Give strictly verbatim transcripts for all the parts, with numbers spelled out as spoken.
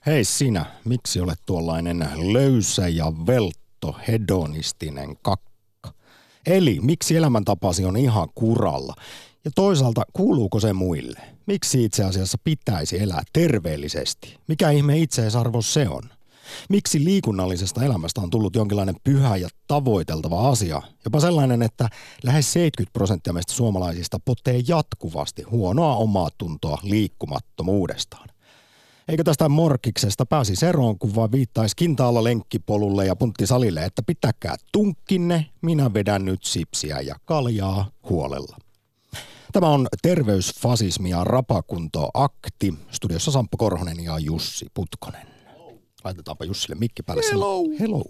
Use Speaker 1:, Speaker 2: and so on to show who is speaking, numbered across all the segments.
Speaker 1: Hei sinä, miksi olet tuollainen löysä ja veltto hedonistinen kakka? Eli miksi elämäntapasi on ihan kuralla? Ja toisaalta kuuluuko se muille? Miksi itse asiassa pitäisi elää terveellisesti? Mikä ihme itseisarvo se on? Miksi liikunnallisesta elämästä on tullut jonkinlainen pyhä ja tavoiteltava asia? Jopa sellainen, että lähes seitsemänkymmentä prosenttia meistä suomalaisista potee jatkuvasti huonoa omaatuntoa liikkumattomuudestaan. Eikö tästä morkiksesta pääsisi eroon, kun vaan viittaisi kintaalla lenkkipolulle ja punttisalille, että pitäkää tunkkinne, minä vedän nyt sipsiä ja kaljaa huolella. Tämä on terveysfasismi ja rapakunto-akti. Studiossa Sampo Korhonen ja Jussi Putkonen. Laitetaanpa Jussille mikki päälle.
Speaker 2: Hello.
Speaker 1: Hello.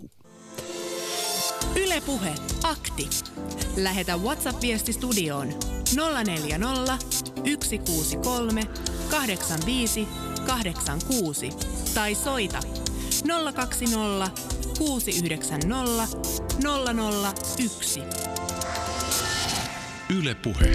Speaker 3: Yle Puhe, akti. Lähetä WhatsApp-viesti studioon nolla neljä nolla, yksi kuusi kolme, kahdeksan viisi, kahdeksan kuusi tai soita nolla kaksi nolla, kuusi yhdeksän nolla, nolla nolla yksi.
Speaker 2: Yle Puhe.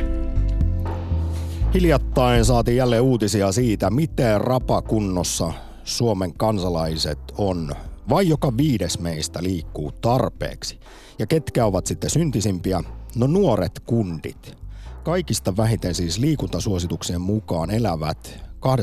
Speaker 1: Hiljattain saatiin jälleen uutisia siitä, miten rapakunnossa Suomen kansalaiset on. Vai joka viides meistä liikkuu tarpeeksi. Ja ketkä ovat sitten syntisimpiä? No nuoret kundit. Kaikista vähiten siis liikuntasuosituksien mukaan elävät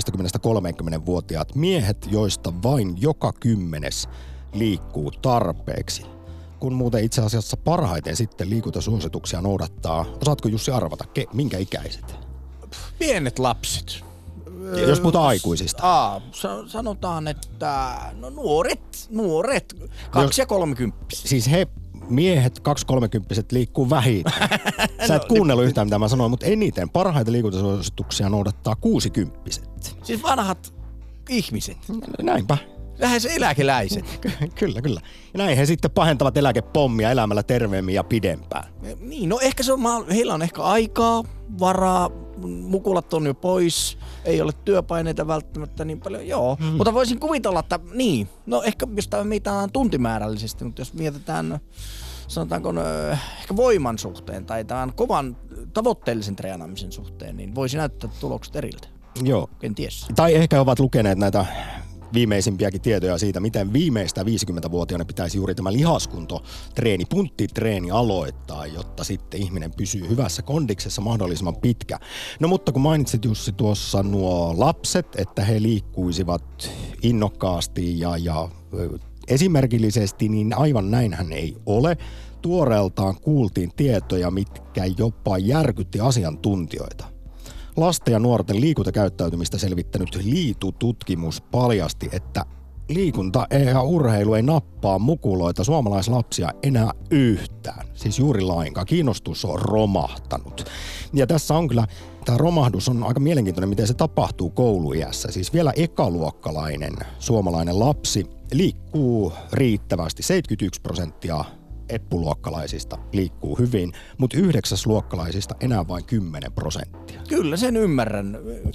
Speaker 1: kaksikymmentä-kolmekymmentävuotiaat miehet, joista vain joka kymmenes liikkuu tarpeeksi. Kun muuten itse asiassa parhaiten sitten liikuntasuosituksia noudattaa. Osaatko Jussi arvata, ke, minkä ikäiset?
Speaker 2: Pienet lapset.
Speaker 1: Jos puhutaan aikuisista.
Speaker 2: Aa, sanotaan, että no nuoret, nuoret, kaksi- ja kolmekymppisiä.
Speaker 1: Siis he miehet, kaksi-kolmekymppiset liikkuu vähiten. Sä et kuunnellut yhtään, mitä mä sanoin, mutta eniten parhaita liikuntasuosituksia noudattaa kuusikymppiset.
Speaker 2: Siis vanhat ihmiset.
Speaker 1: Näinpä.
Speaker 2: Lähes eläkeläiset.
Speaker 1: Kyllä, kyllä. Ja näin he sitten pahentavat eläkepommia elämällä terveemmin ja pidempään.
Speaker 2: Niin, no ehkä se on, heillä on ehkä aikaa, varaa, mukulat on jo pois, ei ole työpaineita välttämättä niin paljon, joo. Hmm. Mutta voisin kuvitella, että niin, no ehkä jos tämä mietitään tuntimäärällisesti, mutta jos mietitään, sanotaanko ehkä voiman suhteen tai tämän kovan tavoitteellisen treenaamisen suhteen, niin voisi näyttää tulokset eriltä.
Speaker 1: Joo.
Speaker 2: Kenties.
Speaker 1: Tai ehkä ovat lukeneet näitä viimeisimpiäkin tietoja siitä, miten viimeistä viisikymmentävuotiaana pitäisi juuri tämä lihaskuntotreeni, punttitreeni aloittaa, jotta sitten ihminen pysyy hyvässä kondiksessa mahdollisimman pitkä. No mutta kun mainitsit Jussi tuossa nuo lapset, että he liikkuisivat innokkaasti ja, ja esimerkillisesti, niin aivan näinhän ei ole. Tuoreeltaan kuultiin tietoja, mitkä jopa järkytti asiantuntijoita. Lasten ja nuorten liikuntakäyttäytymistä selvittänyt Liitu-tutkimus paljasti, että liikunta ja urheilu ei nappaa mukuloita suomalaislapsia enää yhtään. Siis juuri lainkaan. Kiinnostus on romahtanut. Ja tässä on kyllä, tämä romahdus on aika mielenkiintoinen, miten se tapahtuu kouluiässä. Siis vielä ekaluokkalainen suomalainen lapsi liikkuu riittävästi. seitsemänkymmentäyksi prosenttia eppuluokkalaisista liikkuu hyvin, mutta yhdeksäsluokkalaisista enää vain kymmenen prosenttia.
Speaker 2: Kyllä, sen ymmärrän.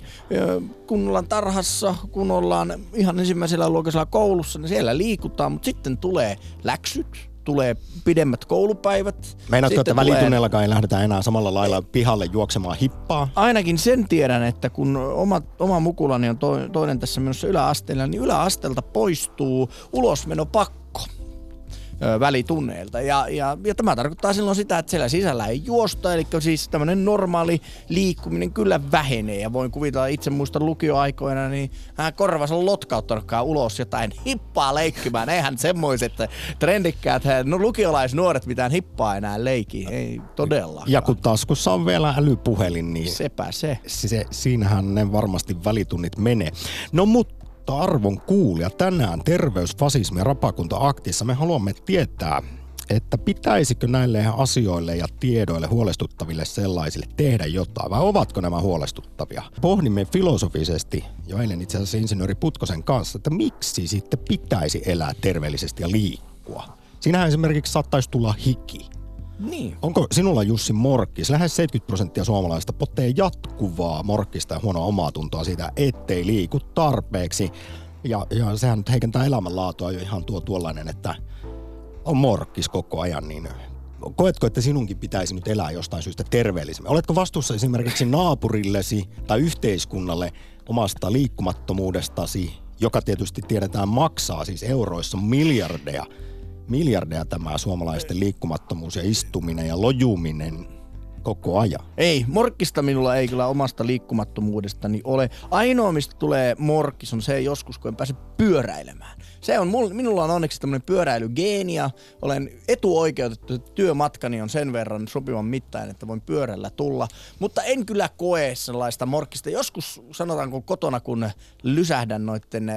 Speaker 2: Kun ollaan tarhassa, kun ollaan ihan ensimmäisellä luokasella koulussa, niin siellä liikutaan, mutta sitten tulee läksyt, tulee pidemmät koulupäivät.
Speaker 1: Meinaatko, että välitunnellakaan ei lähdetä enää samalla lailla pihalle juoksemaan hippaa?
Speaker 2: Ainakin sen tiedän, että kun oma, oma mukulani on toinen tässä menossa yläasteella, niin yläasteelta poistuu ulosmenopakko välitunneilta. Ja, ja, ja tämä tarkoittaa silloin sitä, että siellä sisällä ei juosta, eli siis tämmöinen normaali liikkuminen kyllä vähenee. Ja voin kuvitella, itse muistan lukioaikoina, niin hän korvas on lotkauttanutkaan ulos jotain hippaa leikkimään. Eihän semmoiset trendikkäät no, lukiolaisnuoret mitään hippaa enää leiki. Ei todellakaan.
Speaker 1: Ja kun taskussa on vielä älypuhelin, niin
Speaker 2: sepä se.
Speaker 1: se siinähän ne varmasti välitunnit menee. No mutta arvon kuulija, tänään terveysfasismi ja rapakunta-aktissa me haluamme tietää, että pitäisikö näille asioille ja tiedoille huolestuttaville sellaisille tehdä jotain, vai ovatko nämä huolestuttavia? Pohdimme filosofisesti jo eilen itse asiassa insinööri Putkosen kanssa, että miksi sitten pitäisi elää terveellisesti ja liikkua. Siinähän esimerkiksi saattaisi tulla hiki.
Speaker 2: Niin.
Speaker 1: Onko sinulla, Jussi, morkkis? Lähes seitsemänkymmentä prosenttia suomalaisista potee jatkuvaa morkkista ja huonoa omaatuntoa siitä, ettei liiku tarpeeksi. Ja, ja sehän nyt heikentää elämänlaatua jo ihan tuo tuollainen, että on morkkis koko ajan. Niin koetko, että sinunkin pitäisi nyt elää jostain syystä terveellisemmin? Oletko vastuussa esimerkiksi naapurillesi tai yhteiskunnalle omasta liikkumattomuudestasi joka tietysti tiedetään maksaa siis euroissa miljardeja, miljardeja tämä suomalaisten liikkumattomuus ja istuminen ja lojuminen koko ajan.
Speaker 2: Ei, morkkista minulla ei kyllä omasta liikkumattomuudestani ole. Ainoa, mistä tulee morkkis, on se joskus, kun en pääse pyöräilemään. Se on, minulla on onneksi tämmöinen pyöräilygeeni ja olen etuoikeutettu, että työmatkani on sen verran sopivan mittainen, että voin pyörällä tulla. Mutta en kyllä koe sellaista morkkista. Joskus sanotaanko kotona, kun lysähdän noitten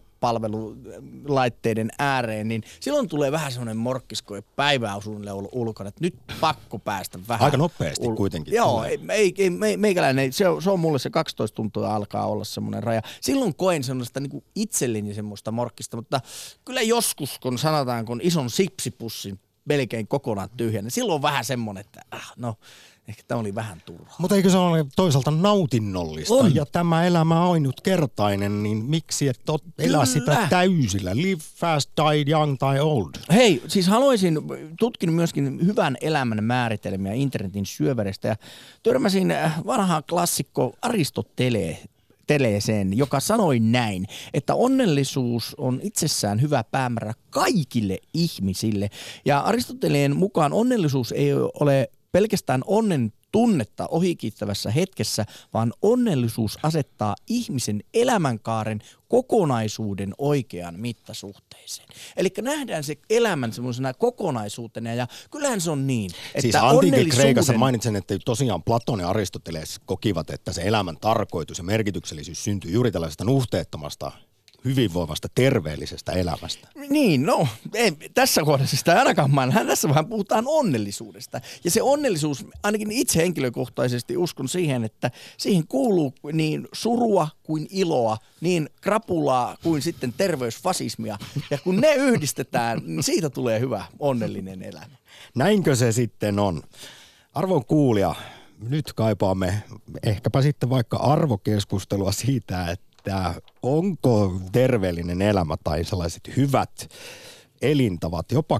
Speaker 2: suorapalvelulaitteiden ääreen, niin silloin tulee vähän semmoinen morkkis, kun ei päivää on suunnilleen ollut ulkona, että nyt pakko päästä vähän.
Speaker 1: Aika nopeasti ul- kuitenkin.
Speaker 2: Joo, ei, ei, ei, me, meikäläinen, se on, se on mulle se kaksitoista tuntia alkaa olla semmoinen raja. Silloin koen semmoista niin itselleni semmoista morkkista, mutta kyllä joskus, kun sanotaan, kun ison sipsipussin melkein kokonaan tyhjä, niin silloin on vähän semmoinen, että ah, no, ehkä tämä oli vähän turhaa.
Speaker 1: Mutta eikö se ole toisaalta nautinnollista?
Speaker 2: On.
Speaker 1: Ja tämä elämä on ainutkertainen, niin miksi et ot, elää sitä täysillä? Live fast, die young tai old.
Speaker 2: Hei, siis haluaisin, tutkin myöskin hyvän elämän määritelmiä internetin syöverestä ja törmäsin vanhaan klassikko Aristoteleen, Teleeseen, joka sanoi näin, että onnellisuus on itsessään hyvä päämäärä kaikille ihmisille. Ja Aristoteleen mukaan onnellisuus ei ole pelkästään onnen tunnetta ohikiittävässä hetkessä, vaan onnellisuus asettaa ihmisen elämänkaaren kokonaisuuden oikeaan mittasuhteeseen. Eli nähdään se elämän semmoisena kokonaisuutena, ja kyllähän se on niin, että
Speaker 1: siis antiikin
Speaker 2: onnellisuuden...
Speaker 1: Kreikassa mainitsen, että tosiaan Platon ja Aristoteles kokivat, että se elämän tarkoitus ja merkityksellisyys syntyy juuri tällaisesta nuhteettomasta, hyvinvoivasta, terveellisestä elämästä.
Speaker 2: Niin, no, ei, tässä kohdassa sitä ainakaan mainita. Tässä vähän puhutaan onnellisuudesta. Ja se onnellisuus, ainakin itse henkilökohtaisesti uskon siihen, että siihen kuuluu niin surua kuin iloa, niin krapulaa kuin sitten terveysfasismia. Ja kun ne yhdistetään, niin siitä tulee hyvä onnellinen elämä.
Speaker 1: Näinkö se sitten on? Arvon kuulija, nyt kaipaamme ehkäpä sitten vaikka arvokeskustelua siitä, että että onko terveellinen elämä tai sellaiset hyvät elintavat jopa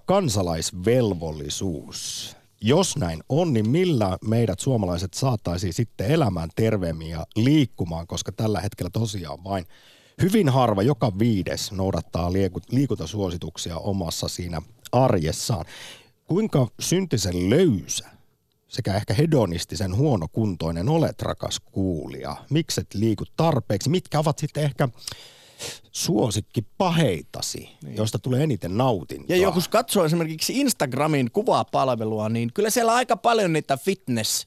Speaker 1: kansalaisvelvollisuus. Jos näin on, niin millä meidät suomalaiset saataisiin sitten elämään terveemmin ja liikkumaan, koska tällä hetkellä tosiaan vain hyvin harva, joka viides noudattaa liikuntasuosituksia omassa siinä arjessaan. Kuinka syntisen löysä sekä ehkä hedonistisen huonokuntoinen olet, rakas kuulija? Mikset liikut tarpeeksi? Mitkä ovat sitten ehkä suosikkipaheitasi, niin, joista tulee eniten nautintoa?
Speaker 2: Ja jos katsoo esimerkiksi Instagramin kuvapalvelua, niin kyllä siellä aika paljon niitä fitness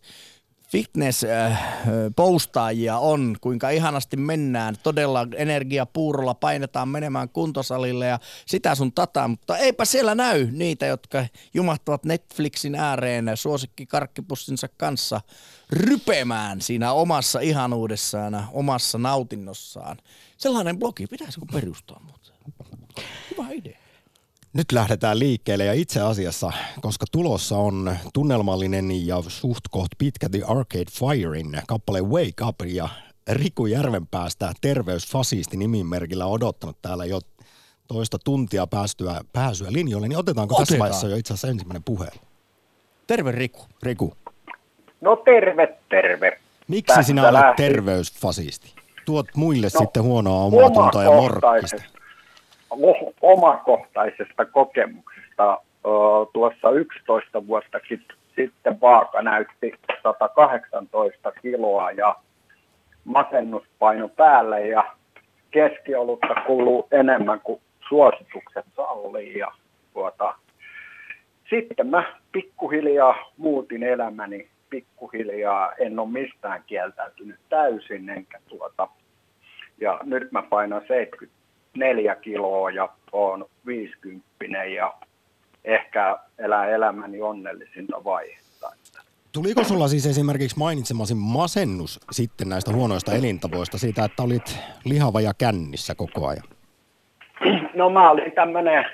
Speaker 2: fitness-postaajia on, kuinka ihanasti mennään. Todella energiapuurolla painetaan menemään kuntosalille ja sitä sun tataa, mutta eipä siellä näy niitä, jotka jumahtavat Netflixin ääreen suosikkikarkkipussinsa kanssa rypemään siinä omassa ihanuudessaan, omassa nautinnossaan. Sellainen blogi, pitäisikö perustaa muuten? Hyvä idea.
Speaker 1: Nyt lähdetään liikkeelle ja itse asiassa, koska tulossa on tunnelmallinen ja suht koht pitkä The Arcade Firein kappale Wake Up ja Riku Järvenpäästä terveysfasisti nimimerkillä odottanut täällä jo toista tuntia päästyä, pääsyä linjoille, niin otetaanko
Speaker 2: Otetaan.
Speaker 1: tässä vaiheessa jo itse asiassa ensimmäinen puhelu?
Speaker 2: Terve Riku.
Speaker 1: Riku.
Speaker 4: No terve, terve.
Speaker 1: Miksi
Speaker 4: Tästä
Speaker 1: sinä olet
Speaker 4: lähti.
Speaker 1: terveysfasisti? Tuot muille
Speaker 4: No,
Speaker 1: sitten huonoa omatuntoa ja morkkista.
Speaker 4: Omakohtaisesta kokemuksesta tuossa yksitoista vuotta sitten vaaka näytti sata kahdeksantoista kiloa ja masennuspaino päälle ja keskiolutta kuluu enemmän kuin suositukset sallii. Ja tuota, sitten mä pikkuhiljaa muutin elämäni, pikkuhiljaa en ole mistään kieltäytynyt täysin enkä tuota, ja nyt mä painan seitsemänkymmentäneljä kiloa ja oon viisikymppinen ja ehkä elää elämäni onnellisinta vaihetta.
Speaker 1: Tuliko sulla siis esimerkiksi mainitsemasi masennus sitten näistä huonoista elintavoista siitä, että olit lihava ja kännissä koko ajan?
Speaker 4: No mä olin tämmönen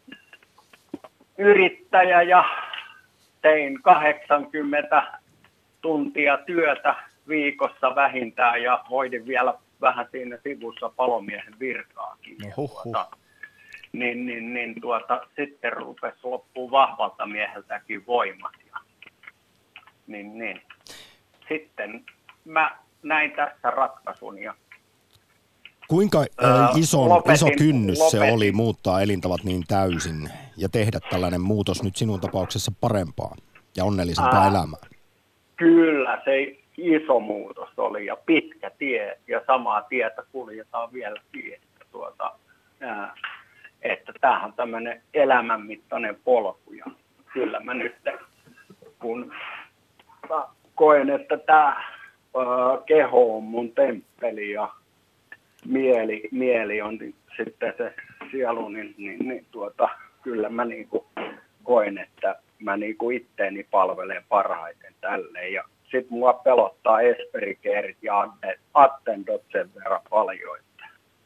Speaker 4: yrittäjä ja tein kahdeksankymmentä tuntia työtä viikossa vähintään ja hoidin vielä vähän siinä sivussa palomiehen virkaakin.
Speaker 2: No, huh, huh.
Speaker 4: Tuota, niin, niin, niin tuota, sitten rupesi loppuu vahvalta mieheltäkin voimat. Ja, niin, niin. Sitten mä näin tässä ratkaisun ja
Speaker 1: Kuinka
Speaker 4: Öö,
Speaker 1: äh, iso,
Speaker 4: lopetin,
Speaker 1: iso kynnys
Speaker 4: lopetin.
Speaker 1: se oli muuttaa elintavat niin täysin ja tehdä tällainen muutos nyt sinun tapauksessa parempaa ja onnellisempaa
Speaker 4: Ää,
Speaker 1: elämää?
Speaker 4: Kyllä se iso muutos oli ja pitkä tie ja samaa tietä kuljetaan vieläkin. Että, tuota, ää, että tämähän on tämmöinen elämänmittainen polku ja kyllä mä nyt kun mä koen, että tämä ää, keho on mun temppeli ja mieli, mieli on sitten se sielu, niin, niin, niin tuota, kyllä mä niinku koen, että mä niinku itteeni palvelen parhaiten tälleen. Ja sit mua pelottaa esperikeerit ja attendot sen verran paljon. Että.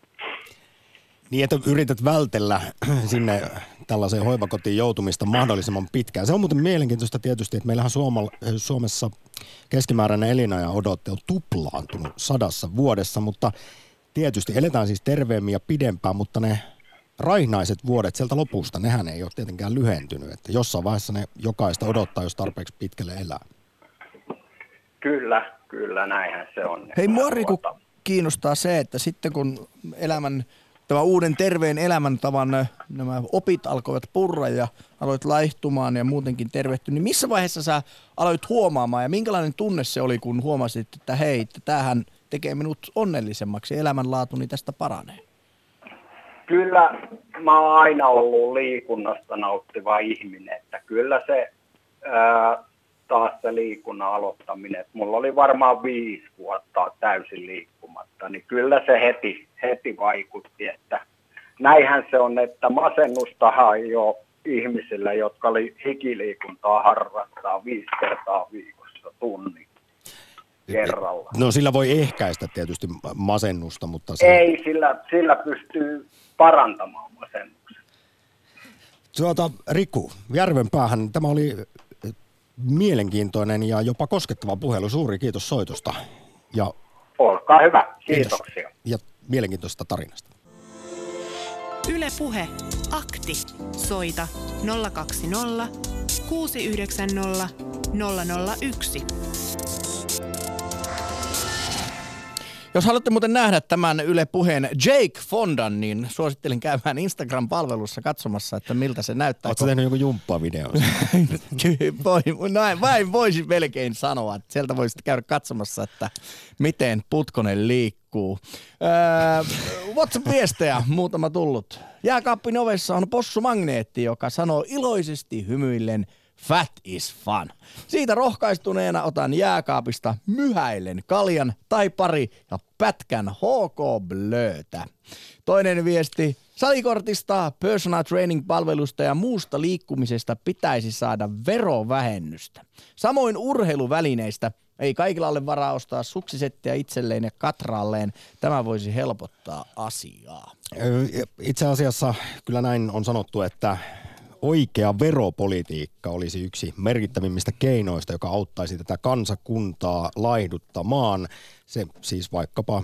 Speaker 1: Niin, että yrität vältellä sinne tällaiseen hoivakotiin joutumista mahdollisimman pitkään. Se on muuten mielenkiintoista tietysti, että meillähän Suomessa keskimääräinen elinajan odotte on tuplaantunut sadassa vuodessa, mutta tietysti eletään siis terveemmin ja pidempään, mutta ne raihnaiset vuodet sieltä lopusta, nehän ei ole tietenkään lyhentynyt. Että jossain vaiheessa ne jokaista odottaa, jos tarpeeksi pitkälle elää.
Speaker 4: Kyllä, kyllä, näinhän se on.
Speaker 2: Hei, mua Riku kiinnostaa se, että sitten kun elämän, tämä uuden terveen elämäntavan nämä opit alkoivat purra ja aloit laihtumaan ja muutenkin tervehtyä, niin missä vaiheessa sä aloit huomaamaan ja minkälainen tunne se oli, kun huomasit, että hei, että tämähän tekee minut onnellisemmaksi ja elämänlaatuni tästä paranee?
Speaker 4: Kyllä mä oon aina ollut liikunnasta nauttiva ihminen, että kyllä se ää, taas se liikunnan aloittaminen, että mulla oli varmaan viisi vuotta täysin liikkumatta, niin kyllä se heti, heti vaikutti, että näinhän se on, että masennustahan ei ole ihmisillä, jotka li, hikiliikuntaa harrastaa viisi kertaa viikossa tunnin kerralla.
Speaker 1: No sillä voi ehkäistä tietysti masennusta, mutta se...
Speaker 4: Ei, sillä, sillä pystyy parantamaan masennuksen.
Speaker 1: Tuota, Riku, Järvenpäähän tämä oli mielenkiintoinen ja jopa koskettava puhelu. Suuri kiitos soitosta. Ja
Speaker 4: olkaa hyvä. Kiitoksia.
Speaker 1: Kiitos. Ja mielenkiintoisesta tarinasta.
Speaker 3: Yle Puhe. Akti. Soita nolla kaksi nolla kuusi yhdeksän nolla nolla nolla yksi.
Speaker 2: Jos haluatte muuten nähdä tämän Yle Puheen Jake Fondan, niin suosittelen käymään Instagram-palvelussa katsomassa, että miltä se näyttää.
Speaker 1: Oletko tehnyt joku jumppavideo?
Speaker 2: Voi, näin, vain voisin melkein sanoa, että sieltä voisit käydä katsomassa, että miten Putkonen liikkuu. Öö, WhatsApp-viestejä muutama tullut. Jääkaappin ovessa on possumagneetti, joka sanoo iloisesti hymyillen fat is fun. Siitä rohkaistuneena otan jääkaapista myhäillen kaljan tai pari ja pätkän H K Blöötä. Toinen viesti. Salikortista, personal training-palvelusta ja muusta liikkumisesta pitäisi saada verovähennystä. Samoin urheiluvälineistä. Ei kaikilla ole varaa ostaa suksisettiä itselleen ja katraalleen. Tämä voisi helpottaa asiaa.
Speaker 1: Itse asiassa kyllä näin on sanottu, että oikea veropolitiikka olisi yksi merkittävimmistä keinoista, joka auttaisi tätä kansakuntaa laihduttamaan. Se siis vaikkapa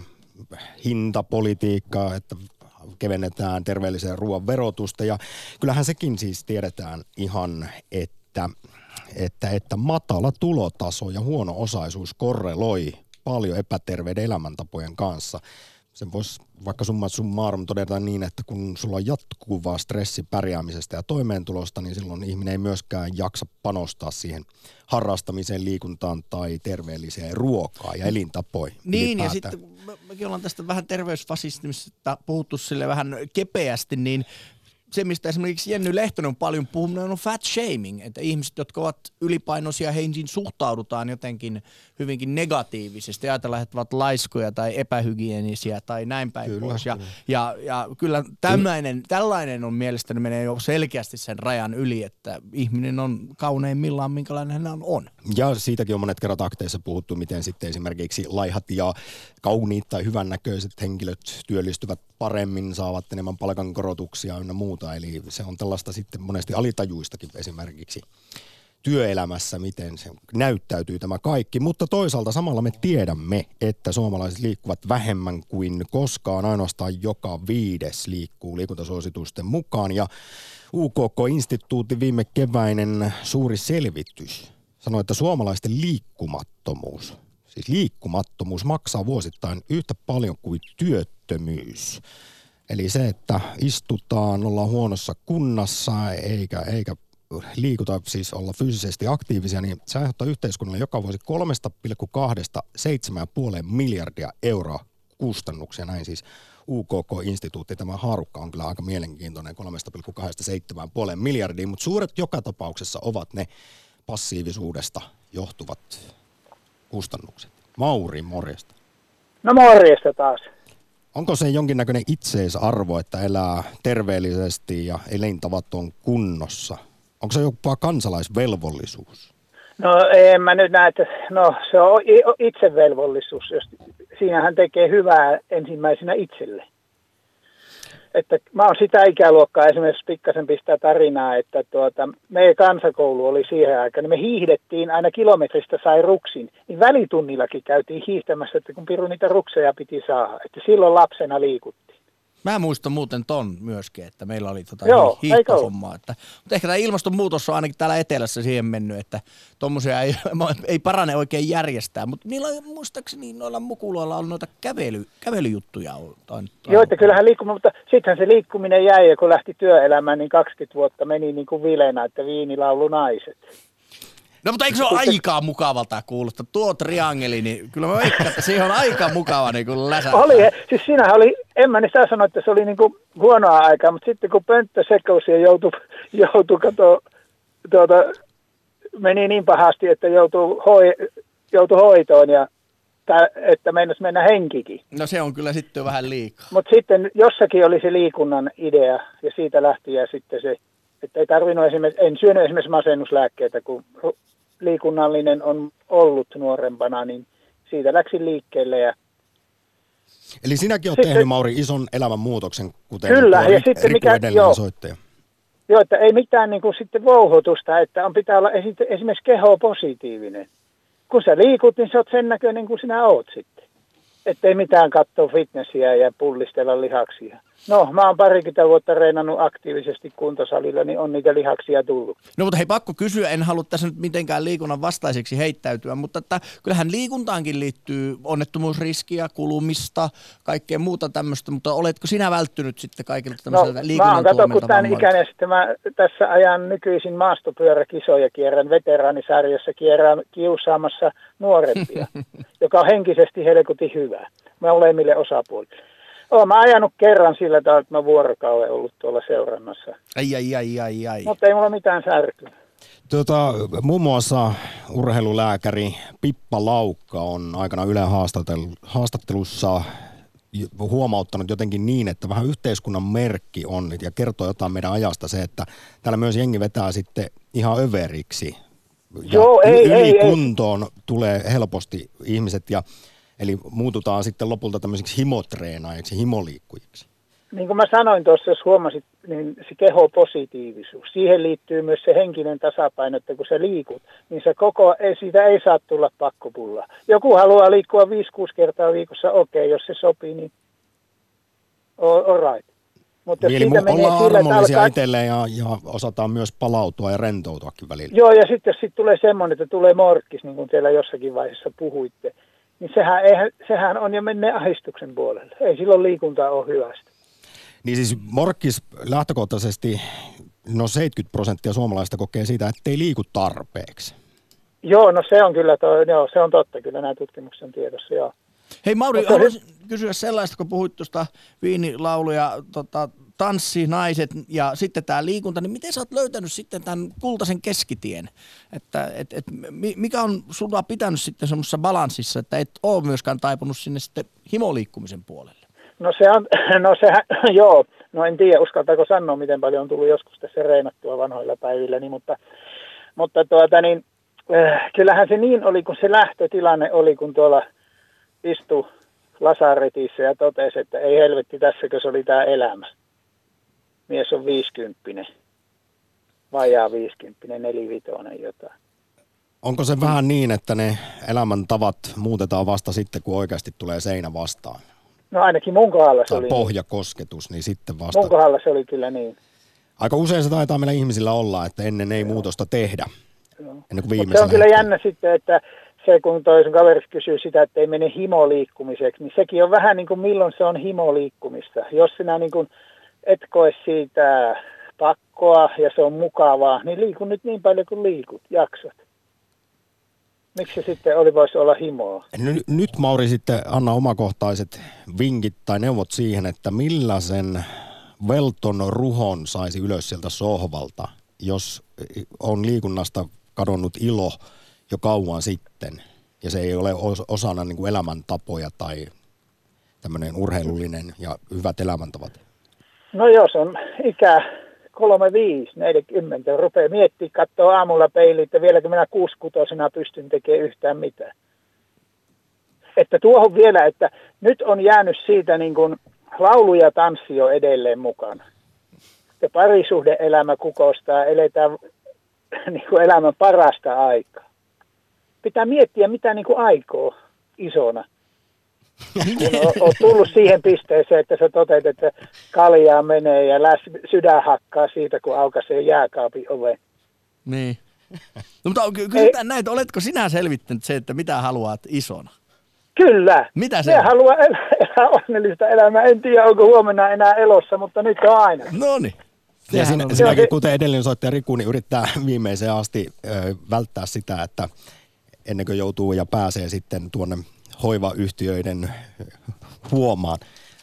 Speaker 1: hintapolitiikkaa, että kevennetään terveellisen ruoan verotusta. Ja kyllähän sekin siis tiedetään ihan, että, että, että matala tulotaso ja huono osaisuus korreloi paljon epäterveiden elämäntapojen kanssa. Sen voisi vaikka summa summarum todeta niin, että kun sulla on jatkuvaa stressi pärjäämisestä ja toimeentulosta, niin silloin ihminen ei myöskään jaksa panostaa siihen harrastamiseen, liikuntaan tai terveelliseen ruokaan ja elintapoihin.
Speaker 2: Niin, ja sitten mekin ollaan tästä vähän terveysfasismista puhuttu sille vähän kepeästi, niin se, mistä esimerkiksi Jenny Lehtonen on paljon puhunut, on fat shaming, että ihmiset, jotka ovat ylipainoisia, heihin suhtaudutaan jotenkin hyvinkin negatiivisesti. Ajatellaan, että ovat laiskoja tai epähygienisiä tai näin päin
Speaker 1: kyllä,
Speaker 2: pois. Ja,
Speaker 1: kyllä.
Speaker 2: ja, ja kyllä tällainen, tällainen on mielestäni menee jo selkeästi sen rajan yli, että ihminen on kauneimmillaan, minkälainen hän on. Ja
Speaker 1: siitäkin on monet kerrat akteissa puhuttu, miten sitten esimerkiksi laihat ja kauniit tai hyvännäköiset henkilöt työllistyvät paremmin, saavat enemmän palkankorotuksia ynnä muuta. Eli se on tällaista sitten monesti alitajuistakin esimerkiksi työelämässä, miten se näyttäytyy tämä kaikki. Mutta toisaalta samalla me tiedämme, että suomalaiset liikkuvat vähemmän kuin koskaan. Ainoastaan joka viides liikkuu liikuntasuositusten mukaan. Ja U K K-instituutin viime keväinen suuri selvitys sanoi, että suomalaisten liikkumattomuus, siis liikkumattomuus maksaa vuosittain yhtä paljon kuin työttömyys. Eli se, että istutaan, ollaan huonossa kunnassa eikä, eikä liikuta, siis olla fyysisesti aktiivisia, niin se aiheuttaa yhteiskunnalle joka vuosi kolme pilkku kaksi seitsemän pilkku viisi miljardia euroa kustannuksia. Näin siis U K K-instituutti, tämä haarukka on kyllä aika mielenkiintoinen, kolme pilkku kaksi seitsemän pilkku viisi miljardia, mutta suuret joka tapauksessa ovat ne passiivisuudesta johtuvat kustannukset. Mauri, morjesta.
Speaker 5: No morjesta taas.
Speaker 1: Onko se jonkinnäköinen itseisarvo, että elää terveellisesti ja elintavat on kunnossa? Onko se jopa kansalaisvelvollisuus?
Speaker 5: No en mä nyt näe, että no se on itsevelvollisuus, jos siinähän tekee hyvää ensimmäisenä itselle. Että mä oon sitä ikäluokkaa esimerkiksi pikkasen pistää tarinaa, että tuota, meidän kansakoulu oli siihen aikaan, niin me hiihdettiin aina kilometristä sai ruksin, niin välitunnillakin käytiin hiihtämässä, että kun piru niitä rukseja piti saada, että silloin lapsena liikuttiin.
Speaker 2: Mä muistan muuten ton myöskin, että meillä oli tota
Speaker 5: Joo,
Speaker 2: hi- hiihtohommaa. Että, mutta ehkä tämä ilmastonmuutos on ainakin täällä etelässä siihen mennyt, että tommosia ei, ei parane oikein järjestää. Mutta niillä on muistaakseni noilla mukuloilla on noita kävely, kävelyjuttuja.
Speaker 5: Joo, että kyllähän liikkumaan, mutta sittenhän se liikkuminen jäi ja kun lähti työelämään, niin kaksikymmentä vuotta meni niin kuin vilenä, että viinilaulu naiset.
Speaker 2: No mutta eikö se ole aikaa mukavalta kuulostaa? Tuo triangeli, niin kyllä mä veikkaan, että siihen on aika mukava niin kuin läsähtää.
Speaker 5: Oli, siis siinähän oli, en mä niin sitä sano, että se oli niin kuin huonoa aikaa, mutta sitten kun pönttö sekousi ja joutui, joutui kato, tuota, meni niin pahasti, että joutui, hoi, joutui hoitoon ja tää, että meinasi mennä henkikin.
Speaker 2: No se on kyllä sitten vähän liikaa.
Speaker 5: Mutta sitten jossakin oli se liikunnan idea ja siitä lähti ja sitten se, että ei tarvinnut esimerkiksi, en syönyt esimerkiksi masennuslääkkeitä, kun liikunnallinen on ollut nuorempana, niin siitä läksin liikkeelle. Ja
Speaker 1: eli sinäkin olet
Speaker 5: sitten,
Speaker 1: tehnyt, Mauri, ison elämänmuutoksen, kuten
Speaker 5: kyllä,
Speaker 1: tuo
Speaker 5: ja sitten mikä,
Speaker 1: edellinen
Speaker 5: joo,
Speaker 1: soittaja.
Speaker 5: Joo, että ei mitään niin kuin sitten vouhotusta, että on pitää olla esimerkiksi keho positiivinen. Kun sä liikut, niin sä oot sen näköinen kuin sinä oot sitten. Että ei mitään katsoa fitnessiä ja pullistella lihaksia. No, mä oon parikymmentä vuotta reenannut aktiivisesti kuntosalilla, niin on niitä lihaksia tullut.
Speaker 2: No mutta hei, pakko kysyä, en halua tässä nyt mitenkään liikunnan vastaiseksi heittäytyä, mutta että kyllähän liikuntaankin liittyy onnettomuusriskiä, kulumista, kaikkea muuta tämmöistä, mutta oletko sinä välttynyt sitten kaikilta tämmöiseltä
Speaker 5: no,
Speaker 2: liikunnan
Speaker 5: tuomilta vammoilta? Mä oon kato, kun tämän ikäinen, sitten mä tässä ajan nykyisin maastopyöräkisoja kierrän, veteraanisarjassa kierrän kiusaamassa nuorempia, joka on henkisesti helkutin hyvä. Me olemme osapuolille. Olen mä ajanut kerran sillä tavalla, että mä vuorokauden ollut tuolla seurannassa.
Speaker 2: Ai, ai, ai, ai, ai.
Speaker 5: Mutta ei mulla mitään särkyä.
Speaker 1: Tuota, muun muassa urheilulääkäri Pippa Laukka on aikana Yle haastattelussa huomauttanut jotenkin niin, että vähän yhteiskunnan merkki on ja kertoo jotain meidän ajasta se, että täällä myös jengi vetää sitten ihan överiksi. Ja
Speaker 5: Joo, ei,
Speaker 1: ylikuntoon
Speaker 5: ei, ei.
Speaker 1: tulee helposti ihmiset ja eli muututaan sitten lopulta tämmöisiksi himotreenaajiksi, himoliikkujiksi.
Speaker 5: Niin kuin mä sanoin tuossa, jos huomasit, niin se kehopositiivisuus. Siihen liittyy myös se henkinen tasapaino, että kun sä liikut, niin se koko, ei, siitä ei saa tulla pakkopullaa. Joku haluaa liikkua viisi kuusi kertaa viikossa, okei, okay, jos se sopii, niin all right. Mutta
Speaker 1: eli ollaan armollisia alkaa itselleen ja, ja osataan myös palautua ja rentoutuakin välillä.
Speaker 5: Joo, ja sitten jos sit tulee semmoinen, että tulee morkkis, niin kuin teillä jossakin vaiheessa puhuitte, niin sehän, eihän, sehän on jo menneen ahdistuksen puolelle. Ei silloin liikuntaa ole hyvästä.
Speaker 1: Niin siis morkkis lähtökohtaisesti, no seitsemänkymmentä prosenttia suomalaista kokee siitä, että ei liiku tarpeeksi.
Speaker 5: Joo, no se on kyllä, toi, joo, se on totta, kyllä nämä tutkimukset on tiedossa, joo.
Speaker 2: Hei Mauri, haluaisin kysyä sellaista, kun puhuit tuosta viinilaulu ja tota, tanssi, naiset ja sitten tämä liikunta, niin miten sä oot löytänyt sitten tämän kultaisen keskitien? Että et, et, mikä on sulla pitänyt sitten semmoisessa balanssissa, että et ole myöskään taipunut sinne sitten himoliikkumisen puolelle?
Speaker 5: No se on, no sehän, joo, no en tiedä, uskaltaako sanoa, miten paljon on tullut joskus tässä reenattua vanhoilla päivillä, niin, mutta, mutta tuota niin, äh, kyllähän se niin oli, kun se lähtötilanne oli, kun tuolla istui lasaretissa ja totesi, että ei helvetti tässäkö se oli tämä elämä. Mies on viisikymppinen, vajaa viisikymppinen, nelivitoinen jotain.
Speaker 1: Onko se vähän niin, että ne elämäntavat muutetaan vasta sitten, kun oikeasti tulee seinä vastaan?
Speaker 5: No ainakin mun kohdalla se
Speaker 1: tai
Speaker 5: oli
Speaker 1: pohjakosketus, niin sitten vasta.
Speaker 5: Mun kohdalla se oli kyllä niin.
Speaker 1: Aika usein se taitaa meillä ihmisillä olla, että ennen ei muutosta tehdä.
Speaker 5: Joo.
Speaker 1: Ennen kuin
Speaker 5: Mutta se on kyllä jännä sitten, että se se, kun toisen kaverissa kysyy sitä, että ei mene himoliikkumiseksi, niin sekin on vähän niin kuin milloin se on himoliikkumista. Jos sinä niin kuin et koe siitä pakkoa ja se on mukavaa, niin liiku nyt niin paljon kuin liikut, jaksat. Miksi se sitten oli, voisi olla himoa?
Speaker 1: Nyt, nyt Mauri sitten anna omakohtaiset vinkit tai neuvot siihen, että millaisen velton ruhon saisi ylös sieltä sohvalta, jos on liikunnasta kadonnut ilo jo kauan sitten ja se ei ole osana niin kuin elämäntapoja tai tämmöinen urheilullinen ja hyvät elämäntavat.
Speaker 5: No jos on ikä kolme, viisi, neljäkymmentä, rupeaa miettimään, katsoo aamulla peiliin, että vieläkö minä kuusikutosena pystyn tekemään yhtään mitään. Että tuohon vielä, että nyt on jäänyt siitä niin kuin laulu ja tanssi jo edelleen mukana. Ja parisuhde-elämä kukoistaa, eletään niin kuin elämän parasta aikaa. Pitää miettiä, mitä niin kuin aikoo isona. Kun on, on tullut siihen pisteeseen, että sä toteat, että kaljaa menee ja läs, sydän hakkaa siitä, kun aukaisee jääkaapin oven.
Speaker 2: Niin. No, mutta kysytään näitä, oletko sinä selvittänyt se, että mitä haluat isona?
Speaker 5: Kyllä.
Speaker 2: Mitä se
Speaker 5: Me
Speaker 2: on?
Speaker 5: haluaa elää, elää onnellista elämää. En tiedä, onko huomenna enää elossa, mutta nyt on aina.
Speaker 2: No niin.
Speaker 1: Ja sinä, sinäkin, kuten edellinen soittaja Riku, niin yrittää viimeiseen asti ö, välttää sitä, että ennen kuin joutuu ja pääsee sitten tuonne hoivayhtiöiden huomaan.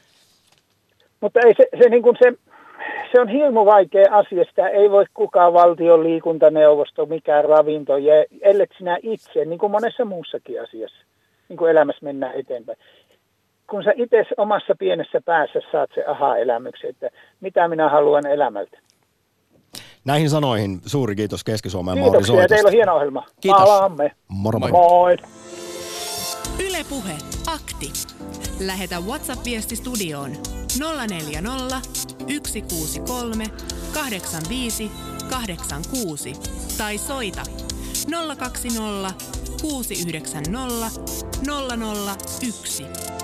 Speaker 5: Mutta ei se, se, niin kuin se, se on hirmu vaikea asia. Sitä ei voi kukaan valtion liikuntaneuvosto, mikään ravinto, ellei sinä itse, niin kuin monessa muussakin asiassa, niin kuin elämässä mennään eteenpäin. Kun sä itse omassa pienessä päässä saat se aha-elämyksen, että mitä minä haluan elämältä.
Speaker 1: Näihin sanoihin suuri kiitos Keski-Suomeen Mauri
Speaker 5: Kiitoksia,
Speaker 1: soitosta.
Speaker 5: teillä on hieno ohjelma.
Speaker 2: Kiitos.
Speaker 5: Palaamme.
Speaker 1: Moro moi.
Speaker 5: Moi.
Speaker 3: Yle Puhe, akti. Lähetä WhatsApp-viesti studioon nolla neljä nolla, yksi kuusi kolme, kahdeksan viisi, kahdeksan kuusi tai soita nolla kaksi nolla, kuusi yhdeksän nolla, nolla nolla yksi.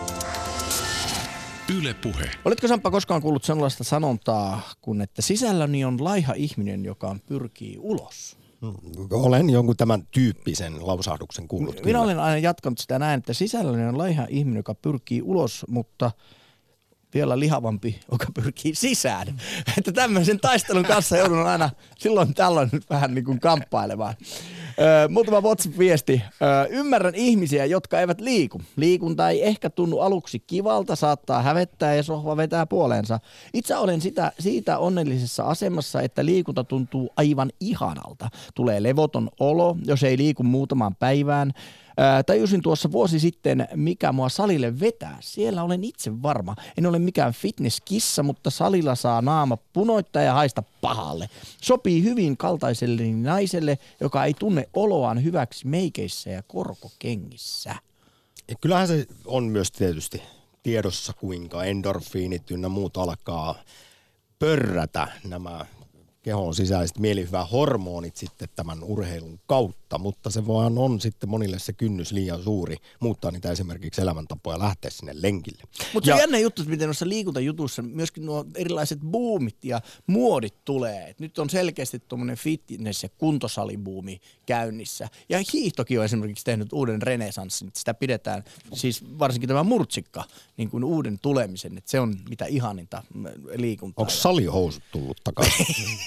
Speaker 6: Yle Puhe.
Speaker 2: Oletko Samppa koskaan kuullut sellaista sanontaa, kun että sisälläni on laiha ihminen, joka pyrkii ulos?
Speaker 1: Olen jonkun tämän tyyppisen lausahduksen kuullut.
Speaker 2: Minä
Speaker 1: kyllä.
Speaker 2: olen aina jatkanut sitä näin, että sisälläni on laiha ihminen, joka pyrkii ulos, mutta vielä lihavampi, joka pyrkii sisään. Että tämmöisen taistelun kanssa joudun aina silloin tällöin nyt vähän niin kuin kamppailemaan. Öö, muutama WhatsApp-viesti. Öö, ymmärrän ihmisiä, jotka eivät liiku. Liikunta ei ehkä tunnu aluksi kivalta, saattaa hävettää ja sohva vetää puoleensa. Itse olen sitä, siitä onnellisessa asemassa, että liikunta tuntuu aivan ihanalta. Tulee levoton olo, jos ei liiku muutamaan päivään. Ää, tajusin tuossa vuosi sitten, mikä mua salille vetää. Siellä olen itse varma. En ole mikään fitnesskissa, mutta salilla saa naama punoittaa ja haista pahalle. Sopii hyvin kaltaiselle naiselle, joka ei tunne oloaan hyväksi meikeissä ja korkokengissä.
Speaker 1: Ja kyllähän se on myös tietysti tiedossa, kuinka endorfiinit ynnä muut alkaa pörrätä nämä kehon sisäiset mielihyvähormonit sitten tämän urheilun kautta, mutta se vaan on sitten monille se kynnys liian suuri muuttaa niitä esimerkiksi elämäntapoja lähteä sinne lenkille.
Speaker 2: Mutta se on jännä juttu, miten noissa liikuntajutuissa myöskin nuo erilaiset boomit ja muodit tulee. Et nyt on selkeästi tuommoinen fitness- ja kuntosalibuumi käynnissä. Ja hiihtokin on esimerkiksi tehnyt uuden renesanssin. Sitä pidetään, siis varsinkin tämä murtsikka, niin kuin uuden tulemisen. Että se on mitä ihaninta liikuntaa.
Speaker 1: Onko salihousut tullut takaisin?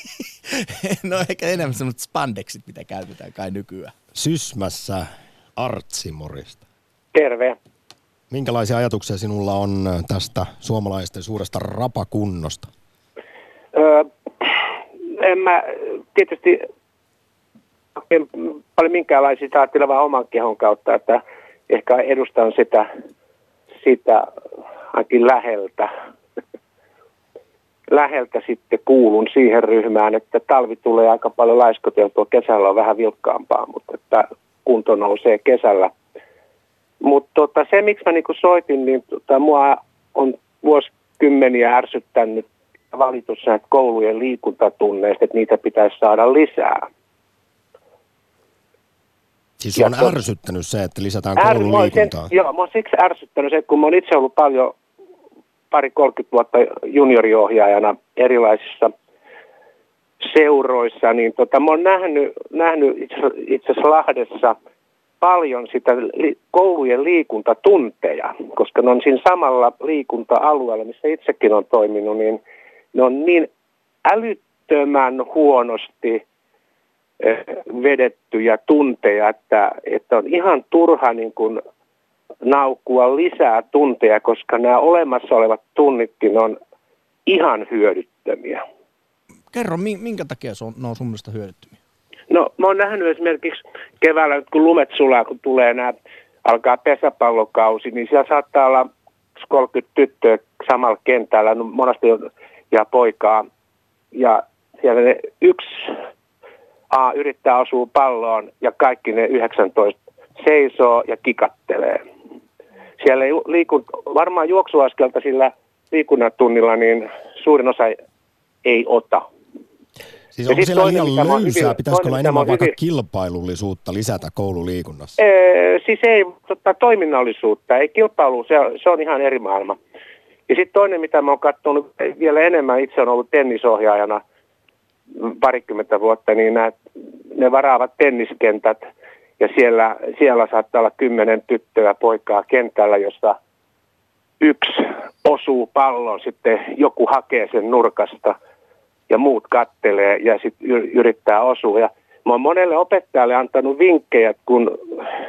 Speaker 2: No ehkä enemmän sellaiset spandexit, mitä käytetään kai nykyään.
Speaker 1: Sysmässä Artsi, morjesta.
Speaker 7: Terve.
Speaker 1: Minkälaisia ajatuksia sinulla on tästä suomalaisten suuresta rapakunnosta?
Speaker 7: Öö, en mä tietysti en paljon minkäänlaisia ajattelevan oman kehon kautta, että ehkä edustan sitä, sitä ainakin läheltä. Läheltä sitten kuulun siihen ryhmään, että talvi tulee aika paljon laiskoteltua, kesällä on vähän vilkkaampaa, mutta että kunto nousee kesällä. Mutta tota, se, miksi mä niinku soitin, niin tota, mua on vuosikymmeniä ärsyttänyt valitus näitä koulujen liikuntatunneista, että niitä pitäisi saada lisää.
Speaker 1: Siis on ja ärsyttänyt se, että lisätään
Speaker 7: är,
Speaker 1: koulun liikuntaa?
Speaker 7: Joo, mä oon siksi ärsyttänyt se, kun mä oon itse ollut paljon pari kolmekymmentä vuotta junioriohjaajana erilaisissa seuroissa, niin tota, mä oon nähnyt, nähnyt itse, itse asiassa Lahdessa paljon sitä li- koulujen liikuntatunteja, koska ne on siinä samalla liikunta-alueella, missä itsekin on toiminut, niin ne on niin älyttömän huonosti vedettyjä tunteja, että, että on ihan turha niin kuin naukkua lisää tunteja, koska nämä olemassa olevat tunnitkin on ihan hyödyttömiä.
Speaker 2: Kerro, minkä takia se on, ne on sun mielestä hyödyttömiä?
Speaker 7: No, mä oon nähnyt esimerkiksi keväällä, kun lumet sulaa, kun tulee nämä, alkaa pesäpallokausi, niin siellä saattaa olla kolmekymmentä tyttöä samalla kentällä, no monesti ja poikaa, ja siellä ne yksi A yrittää osua palloon, ja kaikki ne yhdeksäntoista seisoo ja kikattelee. Siellä ei liiku, varmaan juoksuaskelta sillä liikunnan tunnilla, niin suurin osa ei ota.
Speaker 1: Siis onko siellä liian löysää? Pitäisikö olla enemmän vaikka hyvin kilpailullisuutta lisätä koululiikunnassa?
Speaker 7: Ee, siis ei tota, toiminnallisuutta, ei kilpailu, se, se on ihan eri maailma. Ja sitten toinen, mitä mä oon katsonut vielä enemmän, itse on ollut tennisohjaajana parikymmentä vuotta, niin nää, ne varaavat tenniskentät, ja siellä, siellä saattaa olla kymmenen tyttöä poikaa kentällä, jossa yksi osuu pallon, sitten joku hakee sen nurkasta, ja muut kattelee ja sitten yrittää osua. Ja mä oon monelle opettajalle antanut vinkkejä, kun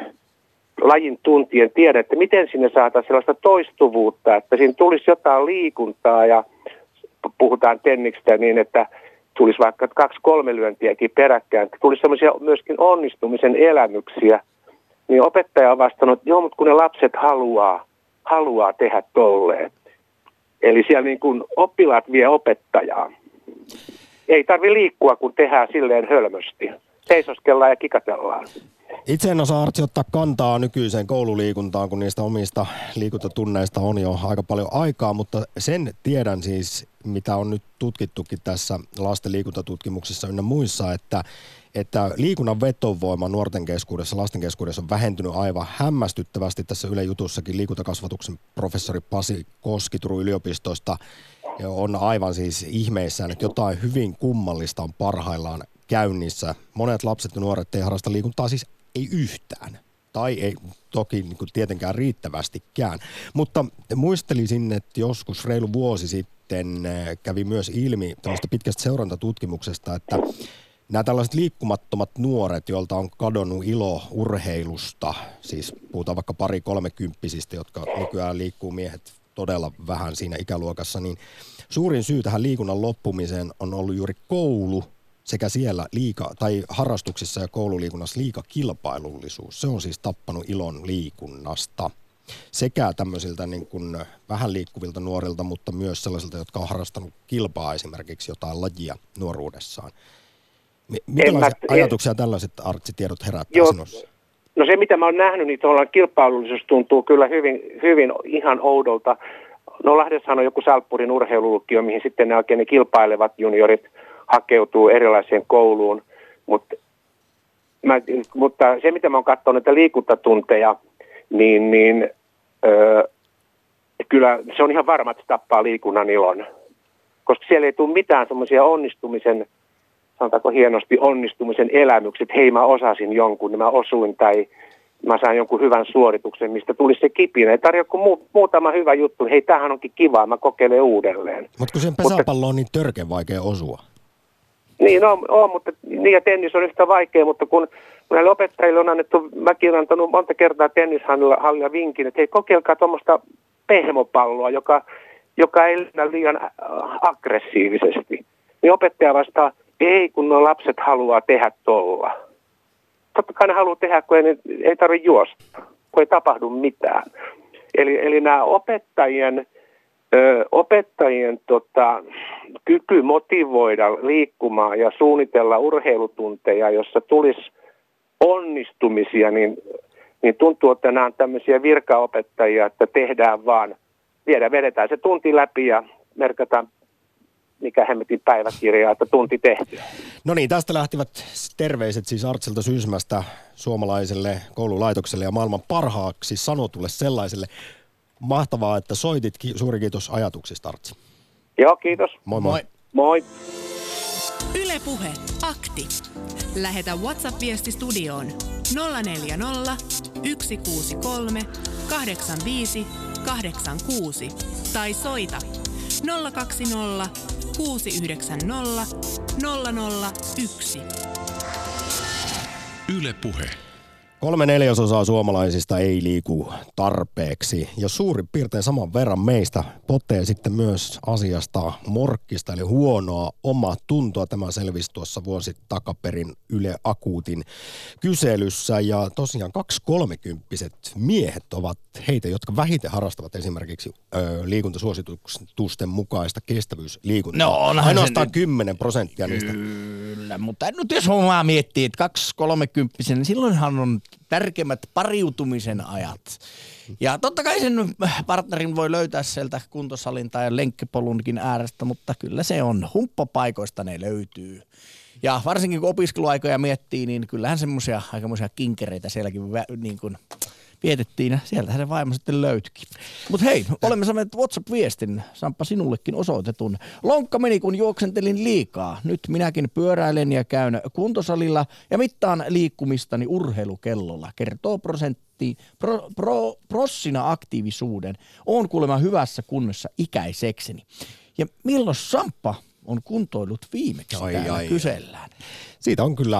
Speaker 7: lajin tuntien tiedän, että miten sinne saataisiin sellaista toistuvuutta, että siinä tulisi jotain liikuntaa ja puhutaan tenniksestä niin, että tulisi vaikka kaksi kolme lyöntiäkin peräkkään, tulisi sellaisia myöskin onnistumisen elämyksiä. Niin opettaja on vastannut, että joo, mutta kun ne lapset haluaa, haluaa tehdä tolleen. Eli siellä niin kuin oppilaat vie opettajaa. Ei tarvitse liikkua, kun tehdään silleen hölmösti. Seisoskellaan ja kikatellaan.
Speaker 1: Itse en osaa, Artsi, ottaa kantaa nykyiseen koululiikuntaan, kun niistä omista liikuntatunneista on jo aika paljon aikaa, mutta sen tiedän siis, mitä on nyt tutkittukin tässä lasten liikuntatutkimuksissa ynnä muissa, että, että liikunnan vetovoima nuorten keskuudessa, lasten keskuudessa on vähentynyt aivan hämmästyttävästi. Tässä Yle Jutussakin liikuntakasvatuksen professori Pasi Koski Turun yliopistosta on aivan siis ihmeissään, että jotain hyvin kummallista on parhaillaan käynnissä. Monet lapset ja nuoret ei harrasta liikuntaa siis ei yhtään. Tai ei toki niin kuin tietenkään riittävästikään. Mutta muistelisin, että joskus reilu vuosi sitten kävi myös ilmi tämmöistä pitkästä seurantatutkimuksesta, että nämä tällaiset liikkumattomat nuoret, joilta on kadonnut ilo urheilusta, siis puhutaan vaikka pari kolmekymppisistä, jotka nykyään liikkuu miehet todella vähän siinä ikäluokassa, niin suurin syy tähän liikunnan loppumiseen on ollut juuri koulu sekä siellä liika, tai harrastuksissa ja koululiikunnassa liikakilpailullisuus. Se on siis tappanut ilon liikunnasta sekä tämmöisiltä niin kuin vähän liikkuvilta nuorilta, mutta myös sellaisilta, jotka on harrastanut kilpaa esimerkiksi jotain lajia nuoruudessaan. Minkälaisia mä, ajatuksia en, tällaiset artsitiedot herättää
Speaker 7: joo,
Speaker 1: sinussa?
Speaker 7: No se, mitä mä oon nähnyt, niin tuolla kilpailullisuus tuntuu kyllä hyvin, hyvin ihan oudolta. No Lahdessahan on joku Salppurin urheilulukio, mihin sitten ne oikein ne kilpailevat juniorit hakeutuu erilaiseen kouluun. Mut, mä, mutta se, mitä mä oon katsonut, että liikuntatunteja, niin, niin öö, kyllä se on ihan varma, että se tappaa liikunnan ilon. Koska siellä ei tule mitään semmoisia onnistumisen, sanotaanko hienosti, onnistumisen elämykset. Hei, mä osasin jonkun, niin mä osuin tai mä sain jonkun hyvän suorituksen, mistä tuli se kipinä. Ei tarvitse kuin mu- muutama hyvä juttu. Hei, tämähän onkin kivaa, mä kokeilen uudelleen.
Speaker 1: Mut kun sen pesäpallo on niin törkeän vaikea osua.
Speaker 7: Niin, no, on, mutta niin ja tennis on yhtä vaikea, mutta kun näille opettajille on annettu, mäkin olen antanut monta kertaa tennishallilla vinkin, että hei, kokeilkaa tuommoista pehmopalloa, joka, joka ei lennä liian aggressiivisesti. Niin opettaja vastaa, ei kun nuo lapset haluaa tehdä tolla. Totta kai ne haluaa tehdä, kun ei, ei tarvitse juosta, kun ei tapahdu mitään. Eli, eli nämä opettajien, ö, opettajien tota, kyky motivoida liikkumaan ja suunnitella urheilutunteja, jossa tulisi onnistumisia, niin, niin tuntuu, että nämä on tämmöisiä virkaopettajia, että tehdään vaan, viedään, vedetään se tunti läpi ja merkataan mikä hemmetin päiväkirjaa, että tunti tehty.
Speaker 1: No niin, tästä lähtivät terveiset siis Artsilta Sysmästä suomalaiselle koululaitokselle ja maailman parhaaksi sanotulle sellaiselle. Mahtavaa, että soitit. Suuri kiitos ajatuksista, Artsi.
Speaker 7: Joo, kiitos.
Speaker 1: Moi moi.
Speaker 2: Moi.
Speaker 7: Moi.
Speaker 3: Yle Puhe, akti. Lähetä WhatsApp-viesti studioon nolla neljä nolla, yksi kuusi kolme, kahdeksan viisi, kahdeksan kuusi tai soita nolla kaksi nolla, kuusi yhdeksän nolla, nolla nolla yksi.
Speaker 6: Yle Puhe.
Speaker 1: Kolme neljäsosaa suomalaisista ei liiku tarpeeksi ja suurin piirtein saman verran meistä potee sitten myös asiasta morkkista eli huonoa omaa tuntoa. Tämä selvisi tuossa vuosi takaperin Yle Akuutin kyselyssä ja tosiaan kaksi kolmekymppiset miehet ovat heitä, jotka vähiten harrastavat esimerkiksi ö, liikuntasuositusten mukaista kestävyysliikuntaa.
Speaker 2: No onhan
Speaker 1: ainoastaan
Speaker 2: se
Speaker 1: kymmenen prosenttia niistä.
Speaker 2: Kyllä, mutta nyt jos hommaa miettii, että kaksi kolmekymppisen, niin silloinhan on tärkeimmät pariutumisen ajat. Ja totta kai sen partnerin voi löytää sieltä kuntosalin tai lenkkipolunkin äärestä, mutta kyllä se on. Humppapaikoista ne löytyy. Ja varsinkin kun opiskeluaikoja miettii, niin kyllähän semmoisia aikamoisia kinkereitä sielläkin niin kuin vietettiin ja sieltähän se vaimo sitten löytyikin. Mutta hei, olemme saaneet WhatsApp-viestin, Samppa sinullekin osoitetun. Lonkka meni kun juoksentelin liikaa. Nyt minäkin pyöräilen ja käyn kuntosalilla ja mittaan liikkumistani urheilukellolla. Kertoo prosentti, pro, pro, prossina aktiivisuuden. Oon kuulemma hyvässä kunnossa ikäisekseni. Ja milloin Samppa on kuntoillut viimeksi
Speaker 1: ai,
Speaker 2: täällä
Speaker 1: ai,
Speaker 2: kysellään?
Speaker 1: Siitä on kyllä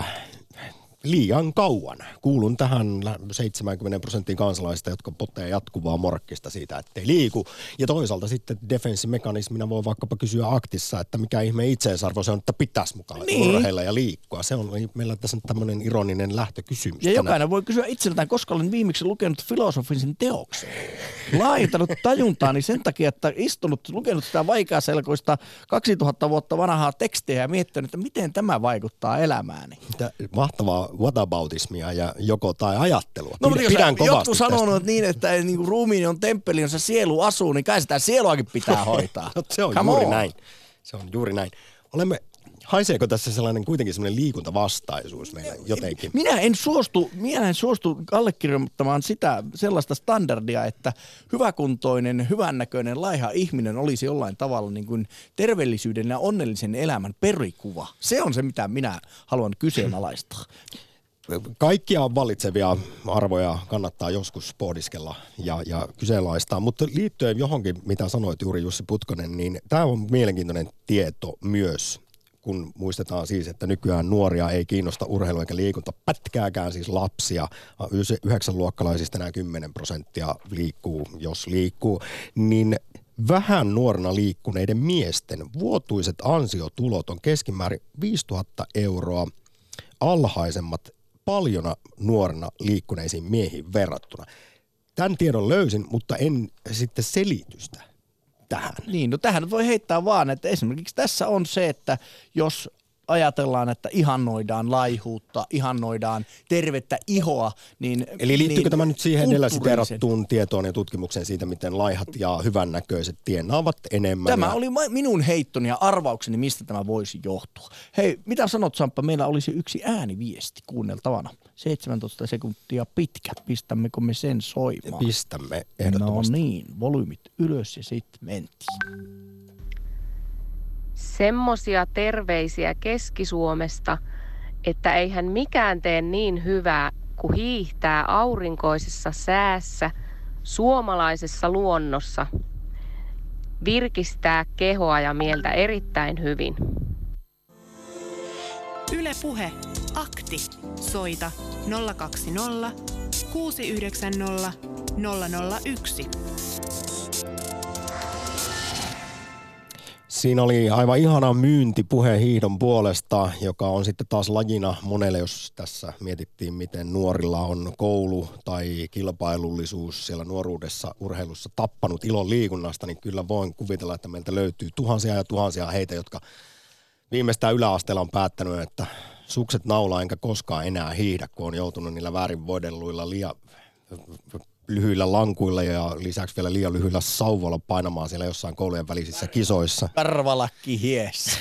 Speaker 1: liian kauan. Kuulun tähän seitsemänkymmentä prosenttiin kansalaisista, jotka potee jatkuvaa morkkista siitä, ettei liiku. Ja toisaalta sitten defenssimekanismina voi vaikkapa kysyä aktissa, että mikä ihme itseisarvo se on, että pitäisi mukaan niin urheilla ja liikkua. Se on meillä tässä tämmöinen ironinen lähtökysymys.
Speaker 2: Ja tänään. Jokainen voi kysyä itseltään, koska olen viimeksi lukenut filosofisen teoksen. Laajentanut tajuntaani sen takia, että istunut, lukenut sitä vaikeaselkoista kaksituhatta vuotta vanhaa tekstiä ja miettinyt, että miten tämä vaikuttaa elämääni.
Speaker 1: Mahtavaa whataboutismia ja joko tai ajattelua.
Speaker 2: No,
Speaker 1: Pidän, pidän kovasti
Speaker 2: jotkut sanonut niin, että niin kuin ruumiini on temppeli, jossa sielu asuu, niin kai sitä sieluakin pitää hoitaa.
Speaker 1: No, se on
Speaker 2: Come
Speaker 1: juuri
Speaker 2: on.
Speaker 1: näin. Se on juuri näin. Olemme, haiseeko tässä sellainen kuitenkin sellainen liikuntavastaisuus meillä jotenkin?
Speaker 2: Minä en suostu, minä en suostu allekirjoittamaan sitä sellaista standardia, että hyväkuntoinen, hyvännäköinen, laiha ihminen olisi jollain tavalla niin kuin terveellisyyden ja onnellisen elämän perikuva. Se on se, mitä minä haluan kyseenalaistaa.
Speaker 1: Kaikkia vallitsevia arvoja kannattaa joskus pohdiskella ja, ja kyseenalaistaa, mutta liittyen johonkin, mitä sanoit juuri Jussi Putkonen, niin tämä on mielenkiintoinen tieto myös, kun muistetaan siis, että nykyään nuoria ei kiinnosta urheilu eikä liikunta pätkääkään, siis lapsia. Yhdeksänluokkalaisista nämä kymmenen prosenttia liikkuu, jos liikkuu, niin vähän nuorena liikkuneiden miesten vuotuiset ansiotulot on keskimäärin viisituhatta euroa alhaisemmat paljon nuorena liikkuneisiin miehiin verrattuna. Tämän tiedon löysin, mutta en sitten selitystä tähän.
Speaker 2: Niin, no tähän voi heittää vaan, että esimerkiksi tässä on se, että jos ajatellaan, että ihannoidaan laihuutta, ihannoidaan tervettä ihoa, niin...
Speaker 1: Eli liittyykö
Speaker 2: niin
Speaker 1: tämä nyt siihen edellä siteerattuun tietoon ja tutkimukseen siitä, miten laihat ja hyvännäköiset tienaavat enemmän?
Speaker 2: Tämä
Speaker 1: ja...
Speaker 2: oli minun heittoni ja arvaukseni, mistä tämä voisi johtua. Hei, mitä sanot Samppa? Meillä olisi yksi ääniviesti kuunneltavana. seitsemäntoista sekuntia pitkä. Pistämmekö me sen soimaan?
Speaker 1: Pistämme ehdottomasti.
Speaker 2: No niin, volyymit ylös ja sitten mentiin.
Speaker 8: Semmoisia terveisiä Keski-Suomesta, että eihän mikään tee niin hyvää kuin hiihtää aurinkoisessa säässä suomalaisessa luonnossa. Virkistää kehoa ja mieltä erittäin hyvin.
Speaker 3: Yle Puhe, akti. Soita nolla kaksi nolla, kuusi yhdeksän nolla, nolla nolla yksi.
Speaker 1: Siinä oli aivan ihana myyntipuhe hiihdon puolesta, joka on sitten taas lajina monelle, jos tässä mietittiin, miten nuorilla on koulu tai kilpailullisuus siellä nuoruudessa urheilussa tappanut ilon liikunnasta, niin kyllä voin kuvitella, että meiltä löytyy tuhansia ja tuhansia heitä, jotka viimeistään yläasteella on päättänyt, että sukset naulaa enkä koskaan enää hiihdä, kun on joutunut niillä väärin voidelluilla liian lyhyillä lankuilla ja lisäksi vielä liian lyhyillä sauvoilla painamaan siellä jossain koulujen välisissä kisoissa.
Speaker 2: Karvalakki hies.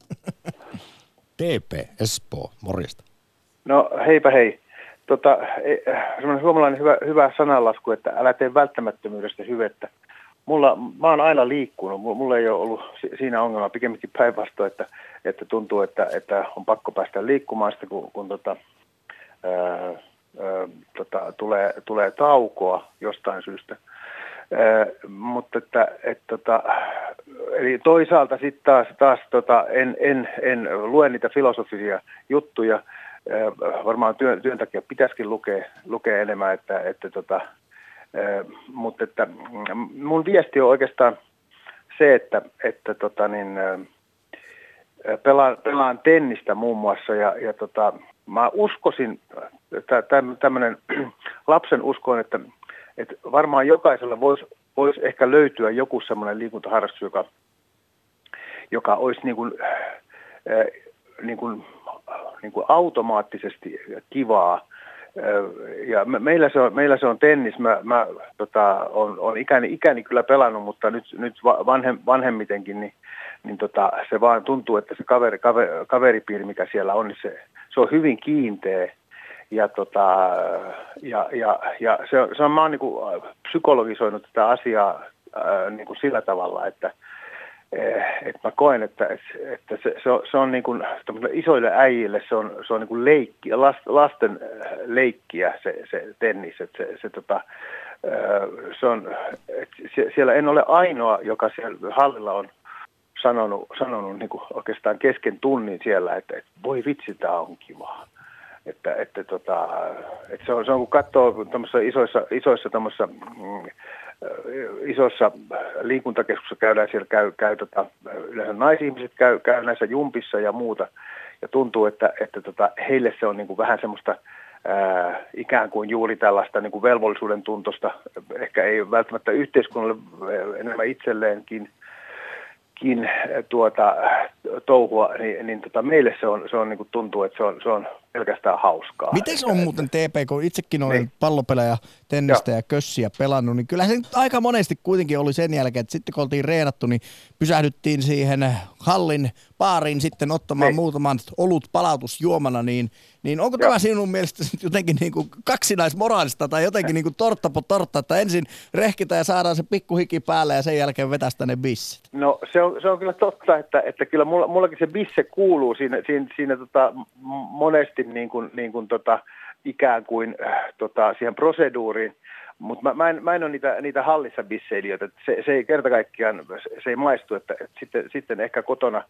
Speaker 1: T P Espoo, morjesta.
Speaker 9: No heipä hei. Tota, semmoinen suomalainen hyvä, hyvä sananlasku, että älä tee välttämättömyydestä hyvettä. mulla, mä oon aina liikkunut, mulla ei ole ollut siinä ongelma, pikemminkin päinvastoin, että, että tuntuu, että, että on pakko päästä liikkumaan sitä, kun, kun tota, ää, ää, tota, tulee, tulee taukoa jostain syystä. Ää, mutta että, et, tota, eli toisaalta sitten taas, taas tota, en, en, en lue niitä filosofisia juttuja, ää, varmaan työn, työn takia pitäisikin lukea, lukea enemmän, että, että tota, mutta että mun viesti on oikeastaan se, että, että tota niin, pelaan, pelaan tennistä muun muassa ja, ja tota, mä uskoisin, tämmöinen lapsen uskon, että, että varmaan jokaisella voisi vois ehkä löytyä joku semmoinen liikuntaharrastus, joka, joka olisi niin kuin, niin kuin, niin kuin automaattisesti kivaa. Ja meillä se on, meillä se on tennis. Mä, mä tota, on, on ikäni, ikäni kyllä pelannut, mutta nyt, nyt vanhem, vanhemmitenkin, niin, niin tota, se vaan tuntuu, että se kaveri, kaveri, kaveripiiri, mikä siellä on, niin se, se on hyvin kiinteä. Ja, tota, ja, ja, ja se on, se on, mä oon niin kuin psykologisoinut tätä asiaa ää, niin kuin sillä tavalla, että että mä koen, että, että se, se on, se on niin kuin isoille äijille se on, se on niin kuin leikki, lasten leikkiä se, se tennis. Että se, se, tota, se on, että siellä en ole ainoa, joka siellä hallilla on sanonut, sanonut niin kuin oikeastaan kesken tunnin siellä, että, että voi vitsi, tämä on kivaa. Että, että, tota, että se, on, se on, kun katsoo isoissa, isoissa tämmöisissä isossa liikuntakeskuksessa käydään, siellä käy, käy tota, yleensä naisihmiset käy, käy näissä jumpissa ja muuta, ja tuntuu, että, että tota, heille se on niin kuin vähän semmoista ää, ikään kuin juuri tällaista niin kuin velvollisuuden tuntosta, ehkä ei välttämättä yhteiskunnalle, enemmän itselleenkin, Kin, tuota, touhua, niin, niin tota, meille se on, se on niin kuin tuntuu, että se on, se on pelkästään hauskaa.
Speaker 2: Miten on muuten T P, kun itsekin olen niin. pallopelaaja, tennistä ja, ja kössiä pelannut, niin kyllähän se aika monesti kuitenkin oli sen jälkeen, että sitten kun oltiin reenattu, niin pysähdyttiin siihen hallin baariin sitten ottamaan niin. muutaman olut palautusjuomana, niin, niin onko Joo. tämä sinun mielestä jotenkin niin kuin kaksinaismoraalista tai jotenkin niin kuin tortta po tortta, että ensin rehkitään ja saadaan se pikkuhiki päälle ja sen jälkeen vetästä ne bisset?
Speaker 9: No se on, se on kyllä totta, että, että kyllä mulla, mullakin se bisse kuuluu siinä, siinä, siinä tota, monesti niin kuin, niin kuin tota, ikään kuin äh, tota, siihen proseduuriin, mutta mä, mä, en, mä en ole niitä, niitä hallissa bisseilijöitä, se, se ei kerta kaikkiaan, se, se ei maistu, että, että sitten, sitten ehkä kotona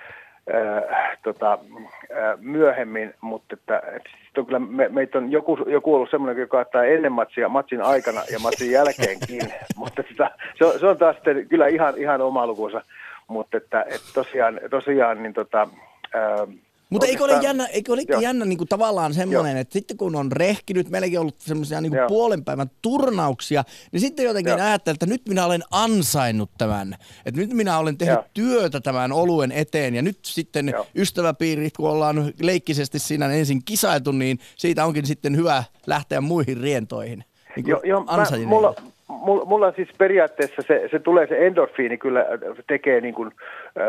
Speaker 9: Äh, tota, äh, myöhemmin, mutta että, että on kyllä me, meitä on joku, joku ollut semmoinen, joka ottaa ennen matsia, matsin aikana ja matsin jälkeenkin, mutta että, se, on, se on taas sitten kyllä ihan, ihan oma lukunsa, mutta että, että tosiaan, tosiaan niin tota, äh,
Speaker 2: mutta eikö ole jännä, eikö ole jännä niin kuin tavallaan semmoinen, että sitten kun on rehkinyt, meilläkin on ollut semmoisia niin kuin puolen päivän turnauksia, niin sitten jotenkin ajattelee, että nyt minä olen ansainnut tämän, että nyt minä olen tehnyt Joo. työtä tämän oluen eteen, ja nyt sitten Joo. ystäväpiirit, kun ollaan leikkisesti siinä ensin kisailtu, niin siitä onkin sitten hyvä lähteä muihin rientoihin. Niin
Speaker 9: Joo, jo, mä, mulla, mulla, mulla siis periaatteessa se, se tulee se endorfiini kyllä tekee niin kuin,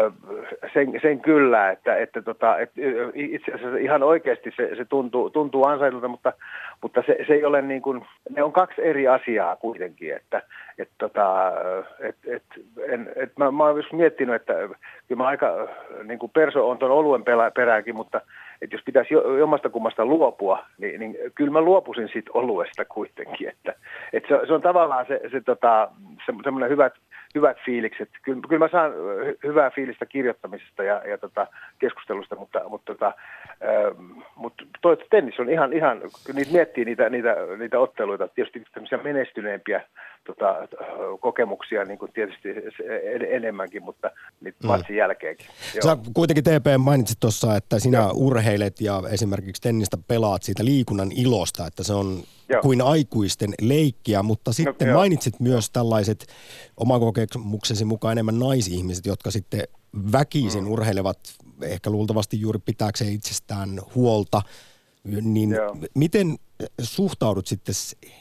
Speaker 9: sen, sen kyllä, että, että, tota, että itse asiassa ihan oikeasti se, se tuntuu, tuntuu ansailulta, mutta, mutta se, se ei ole niin kuin, ne on kaksi eri asiaa kuitenkin, että et, tota, et, et, en, et mä, mä oon just miettinyt, että kyllä mä aika niin kuin perso on tuon oluen peräänkin, mutta että jos pitäisi jommasta kummasta luopua, niin, niin kyllä mä luopuisin siitä oluesta kuitenkin, että, että se, se on tavallaan se, se, tota, se semmoinen hyvät, hyvät fiilikset. Kyllä, kyllä mä saan hyvää fiilistä kirjoittamisesta ja, ja tota, keskustelusta, mutta, mutta, tota, ähm, mutta toi tennis on ihan, ihan niitä miettii niitä, niitä, niitä otteluita, tietysti tämmöisiä menestyneempiä tota, kokemuksia niin kuin tietysti enemmänkin, mutta niitä mm. matsin jälkeenkin. Joo.
Speaker 1: Sä kuitenkin T P mainitsit tuossa, että sinä Joo. urheilet ja esimerkiksi tennistä pelaat siitä liikunnan ilosta, että se on Joo. kuin aikuisten leikkiä, mutta sitten no, mainitsit myös tällaiset oman kokemuksesi mukaan enemmän naisihmiset, jotka sitten väkisin mm. urheilevat ehkä luultavasti juuri pitääkseen itsestään huolta, niin Joo. miten suhtaudut sitten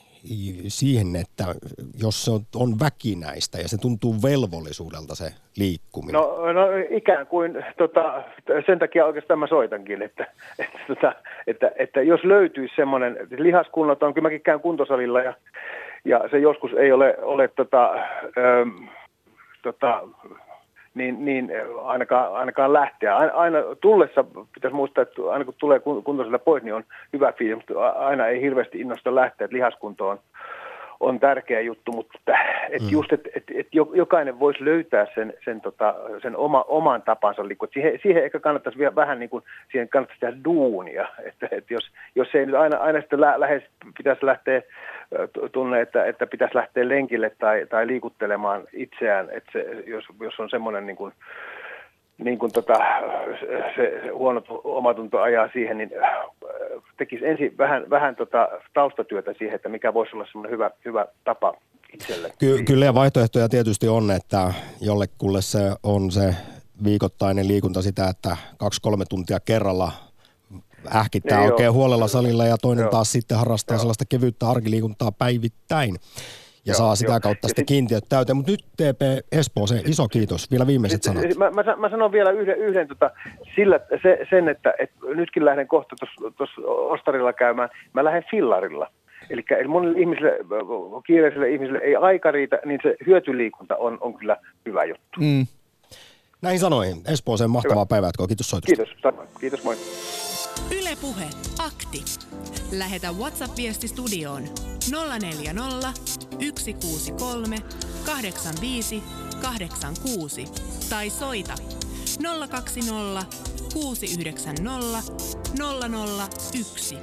Speaker 1: siihen, että jos se on, on väkinäistä ja se tuntuu velvollisuudelta se liikkuminen?
Speaker 9: No, no ikään kuin, tota, sen takia oikeastaan mä soitankin, että, että, tota, että, että jos löytyisi semmoinen, lihaskunnot on, kyllä mäkin käyn kuntosalilla ja, ja se joskus ei ole, ole tota, ähm, tota, niin, niin ainakaan, ainakaan lähteä. Aina, aina tullessa pitäisi muistaa, että aina kun tulee kuntoisella pois, niin on hyvä fiilis, mutta aina ei hirveästi innosta lähteä, että lihaskunto on, on tärkeä juttu, mutta et mm. just, että et, et jokainen voisi löytää sen, sen, tota, sen oma, oman tapansa liikkua. Siihen, siihen ehkä kannattaisi vielä vähän niin kuin, siihen kannattaisi tehdä duunia, että et jos, jos ei nyt aina, aina sitten lä- lähes pitäisi lähteä tunne, että, että pitäisi lähteä lenkille tai, tai liikuttelemaan itseään, että se, jos, jos on semmoinen niin kuin, niin kuin tota, se, se huono omatunto ajaa siihen, niin tekisi ensin vähän, vähän tota taustatyötä siihen, että mikä voisi olla semmoinen hyvä, hyvä tapa itselle.
Speaker 1: Ky- kyllä ja vaihtoehtoja tietysti on, että jollekulle se on se viikoittainen liikunta sitä, että kaksi kolme tuntia kerralla ähkittää niin oikein joo. huolella salilla ja toinen joo. taas sitten harrastaa joo. sellaista kevyttä arkiliikuntaa päivittäin. Ja joo, saa sitä jo. kautta sitten kiintiöt täyteen. Mutta nyt T P Espooseen iso kiitos. Vielä viimeiset sanat.
Speaker 9: Mä, mä, mä sanon vielä yhden, yhden tota, sillä, se, sen, että et nytkin lähden kohta tuossa Ostarilla käymään. Mä lähden fillarilla. Eli monille ihmisille, kiireisille ihmisille ei aika riitä, niin se hyötyliikunta on, on kyllä hyvä juttu.
Speaker 1: Mm. Näihin sanoihin. Espooseen mahtavaa päivää. Kiitos soitusta.
Speaker 9: Kiitos. Kiitos, moi.
Speaker 3: Yle Puhe. Akti. Lähetä WhatsApp-viesti studioon nolla neljä nolla, yksi kuusi kolme, kahdeksan viisi, kahdeksan kuusi tai soita nolla kaksi nolla, kuusi yhdeksän nolla, nolla nolla yksi.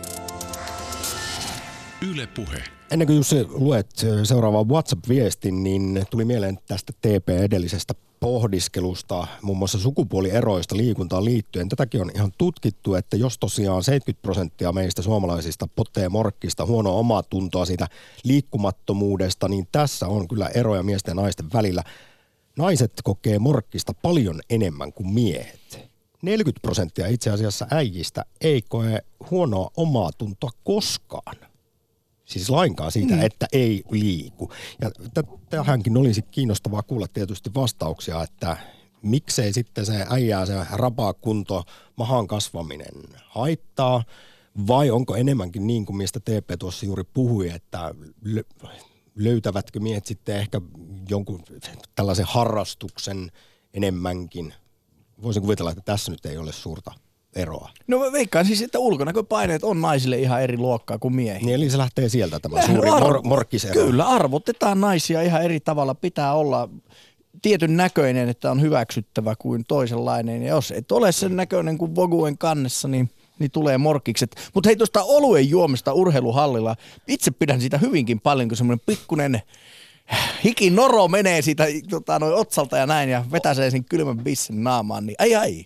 Speaker 6: Yle Puhe.
Speaker 1: Ennen kuin Jussi luet seuraavan WhatsApp-viestin, niin tuli mieleen tästä T P edellisestä pohdiskelusta, muun muassa sukupuolieroista liikuntaan liittyen. Tätäkin on ihan tutkittu, että jos tosiaan seitsemänkymmentä prosenttia meistä suomalaisista potee morkkista, huonoa omatuntoa siitä liikkumattomuudesta, niin tässä on kyllä eroja miesten ja naisten välillä. Naiset kokee morkkista paljon enemmän kuin miehet. neljäkymmentä prosenttia itse asiassa äijistä ei koe huonoa omatuntoa koskaan. Siis lainkaan siitä, mm. että ei liiku. Ja tähänkin olisi kiinnostavaa kuulla tietysti vastauksia, että miksei sitten se äijää se rapaa kunto, mahan kasvaminen haittaa, vai onko enemmänkin niin kuin mistä T P tuossa juuri puhui, että löytävätkö miehet sitten ehkä jonkun tällaisen harrastuksen enemmänkin. Voisin kuvitella, että tässä nyt ei ole suurta eroa.
Speaker 2: No veikkaan siis, että ulkonäköpaineet on naisille ihan eri luokkaa kuin miehille.
Speaker 1: Niin, eli se lähtee sieltä tämä suuri mor- morkkisero.
Speaker 2: Kyllä, arvotetaan naisia ihan eri tavalla. Pitää olla tietyn näköinen, että on hyväksyttävä kuin toisenlainen. Ja jos et ole sen näköinen kuin Voguen kannessa, niin, niin tulee morkkikset. Mutta hei, tuosta oluen juomista urheiluhallilla, itse pidän siitä hyvinkin paljon, kun semmoinen pikkunen hiki noro menee siitä tota, noin otsalta ja näin ja vetäsee sen kylmän bissin naamaan, niin ai ai.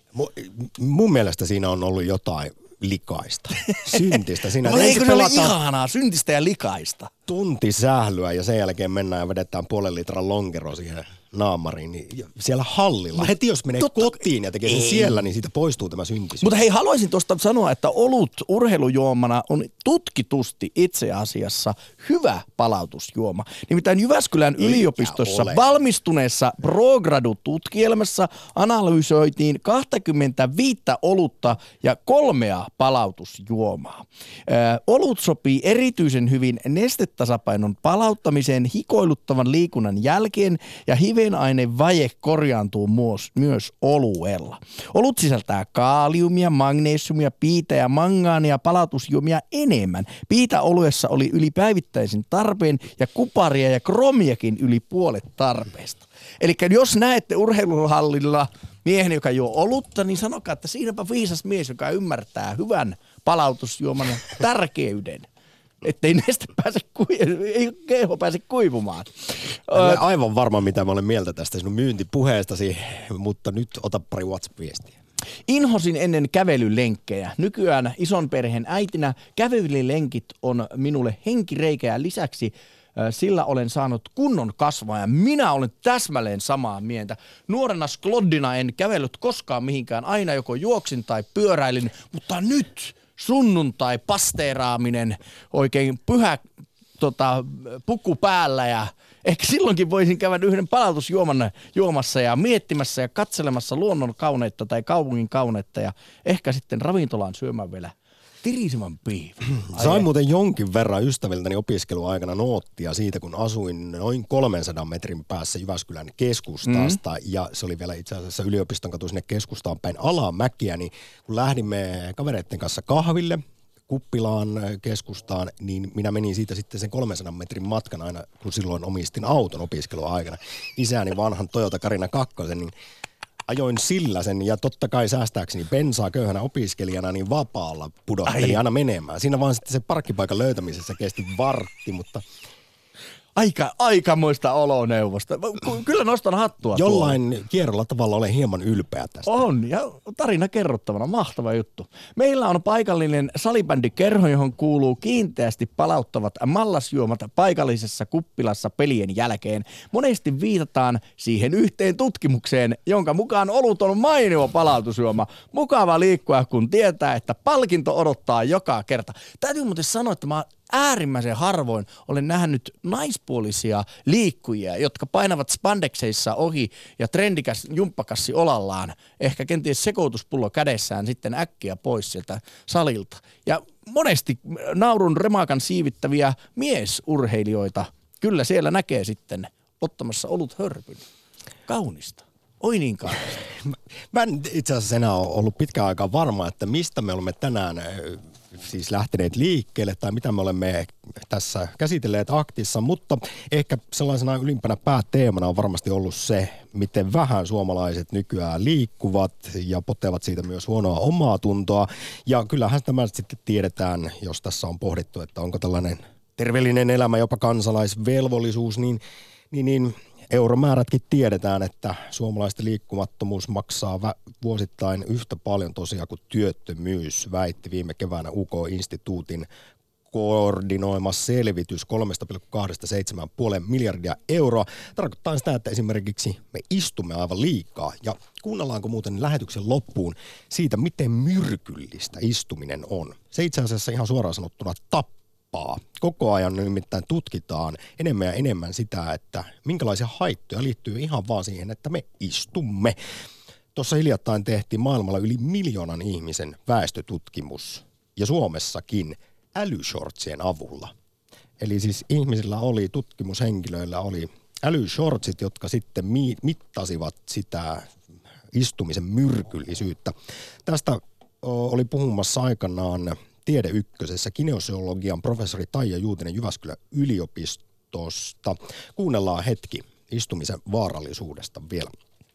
Speaker 1: Mun mielestä siinä on ollut jotain likaista, syntistä. Siinä,
Speaker 2: no eikö se ole ihanaa, syntistä ja likaista?
Speaker 1: Tunti sählyä ja sen jälkeen mennään ja vedetään puolen litran lonkero siihen naamariin. Niin siellä hallilla, heti jos menee Totta, kotiin ja tekee sen siellä, niin siitä poistuu tämä syntisyys.
Speaker 2: Mutta hei, haluaisin tuosta sanoa, että olut urheilujuomana on tutkitusti itse asiassa hyvä palautusjuoma. Nimittäin Jyväskylän Eikä yliopistossa ole. valmistuneessa ProGradu-tutkielmassa analysoitiin kaksikymmentäviisi olutta ja kolmea palautusjuomaa. Ö, olut sopii erityisen hyvin nestetasapainon palauttamiseen hikoiluttavan liikunnan jälkeen ja hivenainevaje korjaantuu myös, myös oluella. Olut sisältää kaaliumia, magnesiumia, piitä ja mangaania palautusjuomia enemmän. Piitä oluessa oli yli päivittäisen tarpeen ja kuparia ja kromiakin yli puolet tarpeesta. Eli jos näette urheiluhallilla miehen, joka juo olutta, niin sanokaa, että siinäpä viisas mies, joka ymmärtää hyvän palautusjuoman tärkeyden. Ettei neste pääse, ei keho pääse kuivumaan.
Speaker 1: Olen aivan varma, mitä mä olen mieltä tästä sinun myyntipuheestasi, mutta nyt ota pari WhatsApp-viestiä.
Speaker 2: Inhosin ennen kävelylenkkejä. Nykyään ison perheen äitinä kävelylenkit on minulle henkireikä ja lisäksi sillä olen saanut kunnon kasvaa ja minä olen täsmälleen samaa mieltä. Nuorena skloddina en kävellyt koskaan mihinkään, aina joko juoksin tai pyöräilin, mutta nyt sunnuntai pasteeraaminen, oikein pyhä tota, puku päällä ja ehkä silloinkin voisin käydä yhden palautusjuoman juomassa ja miettimässä ja katselemassa luonnon kauneutta tai kaupungin kauneutta ja ehkä sitten ravintolaan syömään vielä Tirisimän piivi.
Speaker 1: Sain muuten jonkin verran ystäviltäni opiskeluaikana noottia siitä, kun asuin noin kolmensadan metrin päässä Jyväskylän keskustasta. Mm. Ja se oli vielä itse asiassa yliopiston katu sinne keskustaan päin alamäkiä. Niin kun lähdimme kavereiden kanssa kahville Kuppilaan keskustaan, niin minä menin siitä sitten sen kolmensadan metrin matkan aina, kun silloin omistin auton opiskeluaikana. Isäni vanhan Toyota Carina kakkosen, niin ajoin sillä sen ja totta kai säästääkseni bensaa köyhänä opiskelijana, niin vapaalla pudottelin aina menemään. Siinä vaan sitten se parkkipaikan löytämisessä kesti vartti, mutta
Speaker 2: Aika, aikamoista oloneuvosta. Kyllä nostan hattua.
Speaker 1: Jollain
Speaker 2: tuolla.
Speaker 1: kierrolla tavalla olen hieman ylpeä tästä.
Speaker 2: On, ja tarina kerrottavana. Mahtava juttu. Meillä on paikallinen salibändikerho, johon kuuluu kiinteästi palauttavat mallasjuomat paikallisessa kuppilassa pelien jälkeen. Monesti viitataan siihen yhteen tutkimukseen, jonka mukaan olut on mainio palautusjuoma. Mukava liikkua, kun tietää, että palkinto odottaa joka kerta. Täytyy muuten sanoa, että mä äärimmäisen harvoin olen nähnyt naispuolisia liikkujia, jotka painavat spandekseissa ohi ja trendikäs jumppakassi olallaan, ehkä kenties sekoituspullo kädessään sitten äkkiä pois sieltä salilta. Ja monesti naurun remakan siivittäviä miesurheilijoita kyllä siellä näkee sitten ottamassa olut hörpyn. Kaunista. Oi niin kaunista.
Speaker 1: Mä en itse asiassa enää ole ollut pitkään aikaa varma, että mistä me olemme tänään siis lähteneet liikkeelle tai mitä me olemme tässä käsitelleet aktissa, mutta ehkä sellaisena ylimpänä pääteemana on varmasti ollut se, miten vähän suomalaiset nykyään liikkuvat ja potevat siitä myös huonoa omaa tuntoa. Ja kyllähän tämä sitten tiedetään, jos tässä on pohdittu, että onko tällainen terveellinen elämä jopa kansalaisvelvollisuus, niin, niin, niin euromäärätkin tiedetään, että suomalaisten liikkumattomuus maksaa vä- vuosittain yhtä paljon tosiaan kuin työttömyys, väitti viime keväänä U K-instituutin koordinoima selvitys kolme pilkku kaksikymmentäseitsemän pilkku viisi miljardia euroa. Tarkoittaa sitä, että esimerkiksi me istumme aivan liikaa. Ja kuunnellaanko muuten lähetyksen loppuun siitä, miten myrkyllistä istuminen on. Se itse asiassa ihan suoraan sanottuna tappaa. Koko ajan nimittäin tutkitaan enemmän ja enemmän sitä, että minkälaisia haittoja liittyy ihan vaan siihen, että me istumme. Tuossa hiljattain tehtiin maailmalla yli miljoonan ihmisen väestötutkimus ja Suomessakin älyshortsien avulla. Eli siis ihmisillä oli, tutkimushenkilöillä oli älyshortsit, jotka sitten mi- mittasivat sitä istumisen myrkyllisyyttä. Tästä oli puhumassa aikanaan Tiede Ykkösessä kineosiologian professori Taija Juutinen Jyväskylän yliopistosta. Kuunnellaan hetki istumisen vaarallisuudesta vielä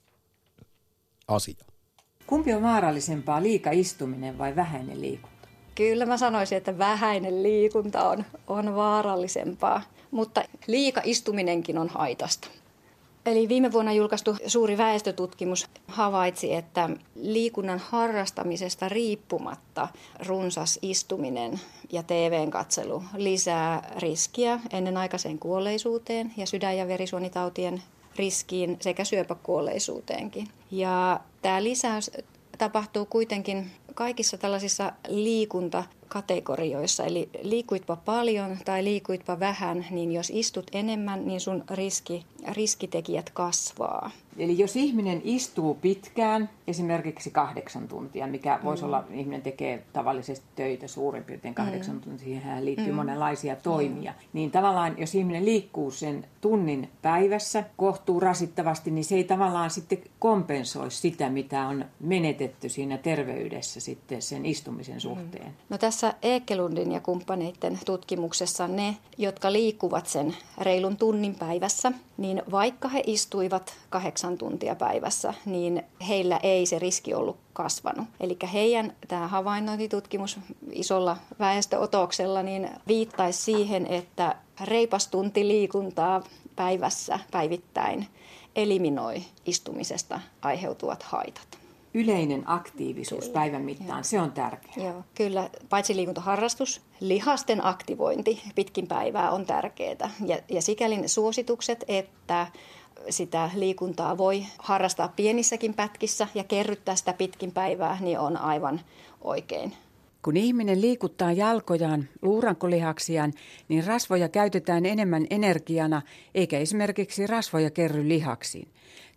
Speaker 1: asia.
Speaker 6: Kumpi on vaarallisempaa, liika istuminen vai vähäinen liikunta?
Speaker 10: Kyllä mä sanoisin, että vähäinen liikunta on, on vaarallisempaa, mutta liika istuminenkin on haitasta. Eli viime vuonna julkaistu suuri väestötutkimus havaitsi, että liikunnan harrastamisesta riippumatta runsas istuminen ja T V:n-katselu lisää riskiä ennenaikaiseen kuolleisuuteen ja sydän- ja verisuonitautien riskiin sekä syöpäkuolleisuuteenkin. Ja tämä lisäys tapahtuu kuitenkin kaikissa tällaisissa liikuntakategorioissa, eli liikuitpa paljon tai liikuitpa vähän, niin jos istut enemmän, niin sun riski, riskitekijät kasvaa.
Speaker 6: Eli jos ihminen istuu pitkään, esimerkiksi kahdeksan tuntia, mikä voisi mm. olla, ihminen tekee tavallisesti töitä suurin piirtein kahdeksan mm. tuntia, siihen liittyy mm. monenlaisia toimia, mm. niin tavallaan jos ihminen liikkuu sen tunnin päivässä kohtuu rasittavasti, niin se ei tavallaan sitten kompensoi sitä, mitä on menetetty siinä terveydessä sitten sen istumisen suhteen. Mm.
Speaker 10: No tässä Ekelundin ja kumppaneiden tutkimuksessa ne, jotka liikkuvat sen reilun tunnin päivässä, niin vaikka he istuivat kahdeksan tuntia päivässä, niin heillä ei se riski ollut kasvanut. Eli heidän tämä havainnointitutkimus isolla väestöotoksella niin viittaisi siihen, että reipas tunti liikuntaa päivässä päivittäin eliminoi istumisesta aiheutuvat haitat.
Speaker 6: Yleinen aktiivisuus kyllä, päivän mittaan, joo. Se on tärkeää.
Speaker 10: Joo, kyllä. Paitsi liikuntaharrastus, lihasten aktivointi pitkin päivää on tärkeää. Ja, ja sikäli ne suositukset, että sitä liikuntaa voi harrastaa pienissäkin pätkissä ja kerryttää sitä pitkin päivää, niin on aivan oikein.
Speaker 6: Kun ihminen liikuttaa jalkojaan, luurankolihaksiaan, niin rasvoja käytetään enemmän energiana, eikä esimerkiksi rasvoja kerry lihaksiin.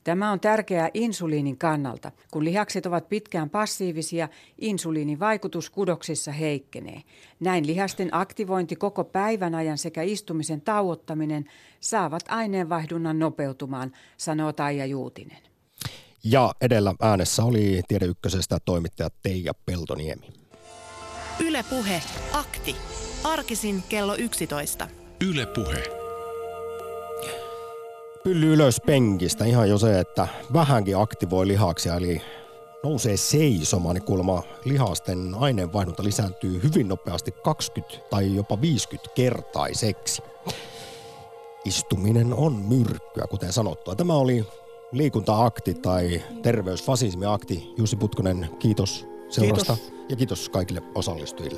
Speaker 6: Tämä on tärkeää insuliinin kannalta. Kun lihakset ovat pitkään passiivisia, insuliinin vaikutus kudoksissa heikkenee. Näin lihasten aktivointi koko päivän ajan sekä istumisen tauottaminen saavat aineenvaihdunnan nopeutumaan, sanoo Taija Juutinen.
Speaker 1: Ja edellä äänessä oli Tiede Ykkösestä toimittaja Teija Peltoniemi.
Speaker 3: Yle Puhe, akti. Arkisin kello yksitoista.
Speaker 11: Yle Puhe.
Speaker 1: Pylly ylös penkistä. Ihan jo se, että vähänkin aktivoi lihaksia, eli nousee seisomaan, niin kuulemma lihasten aineenvaihdunta lisääntyy hyvin nopeasti kaksikymmentä tai jopa viisikymmentä kertaiseksi. Istuminen on myrkkyä, kuten sanottua. Tämä oli liikunta-akti tai terveysfasismi-akti. Jussi Putkonen, kiitos seurasta. Kiitos. Ja kiitos kaikille osallistujille.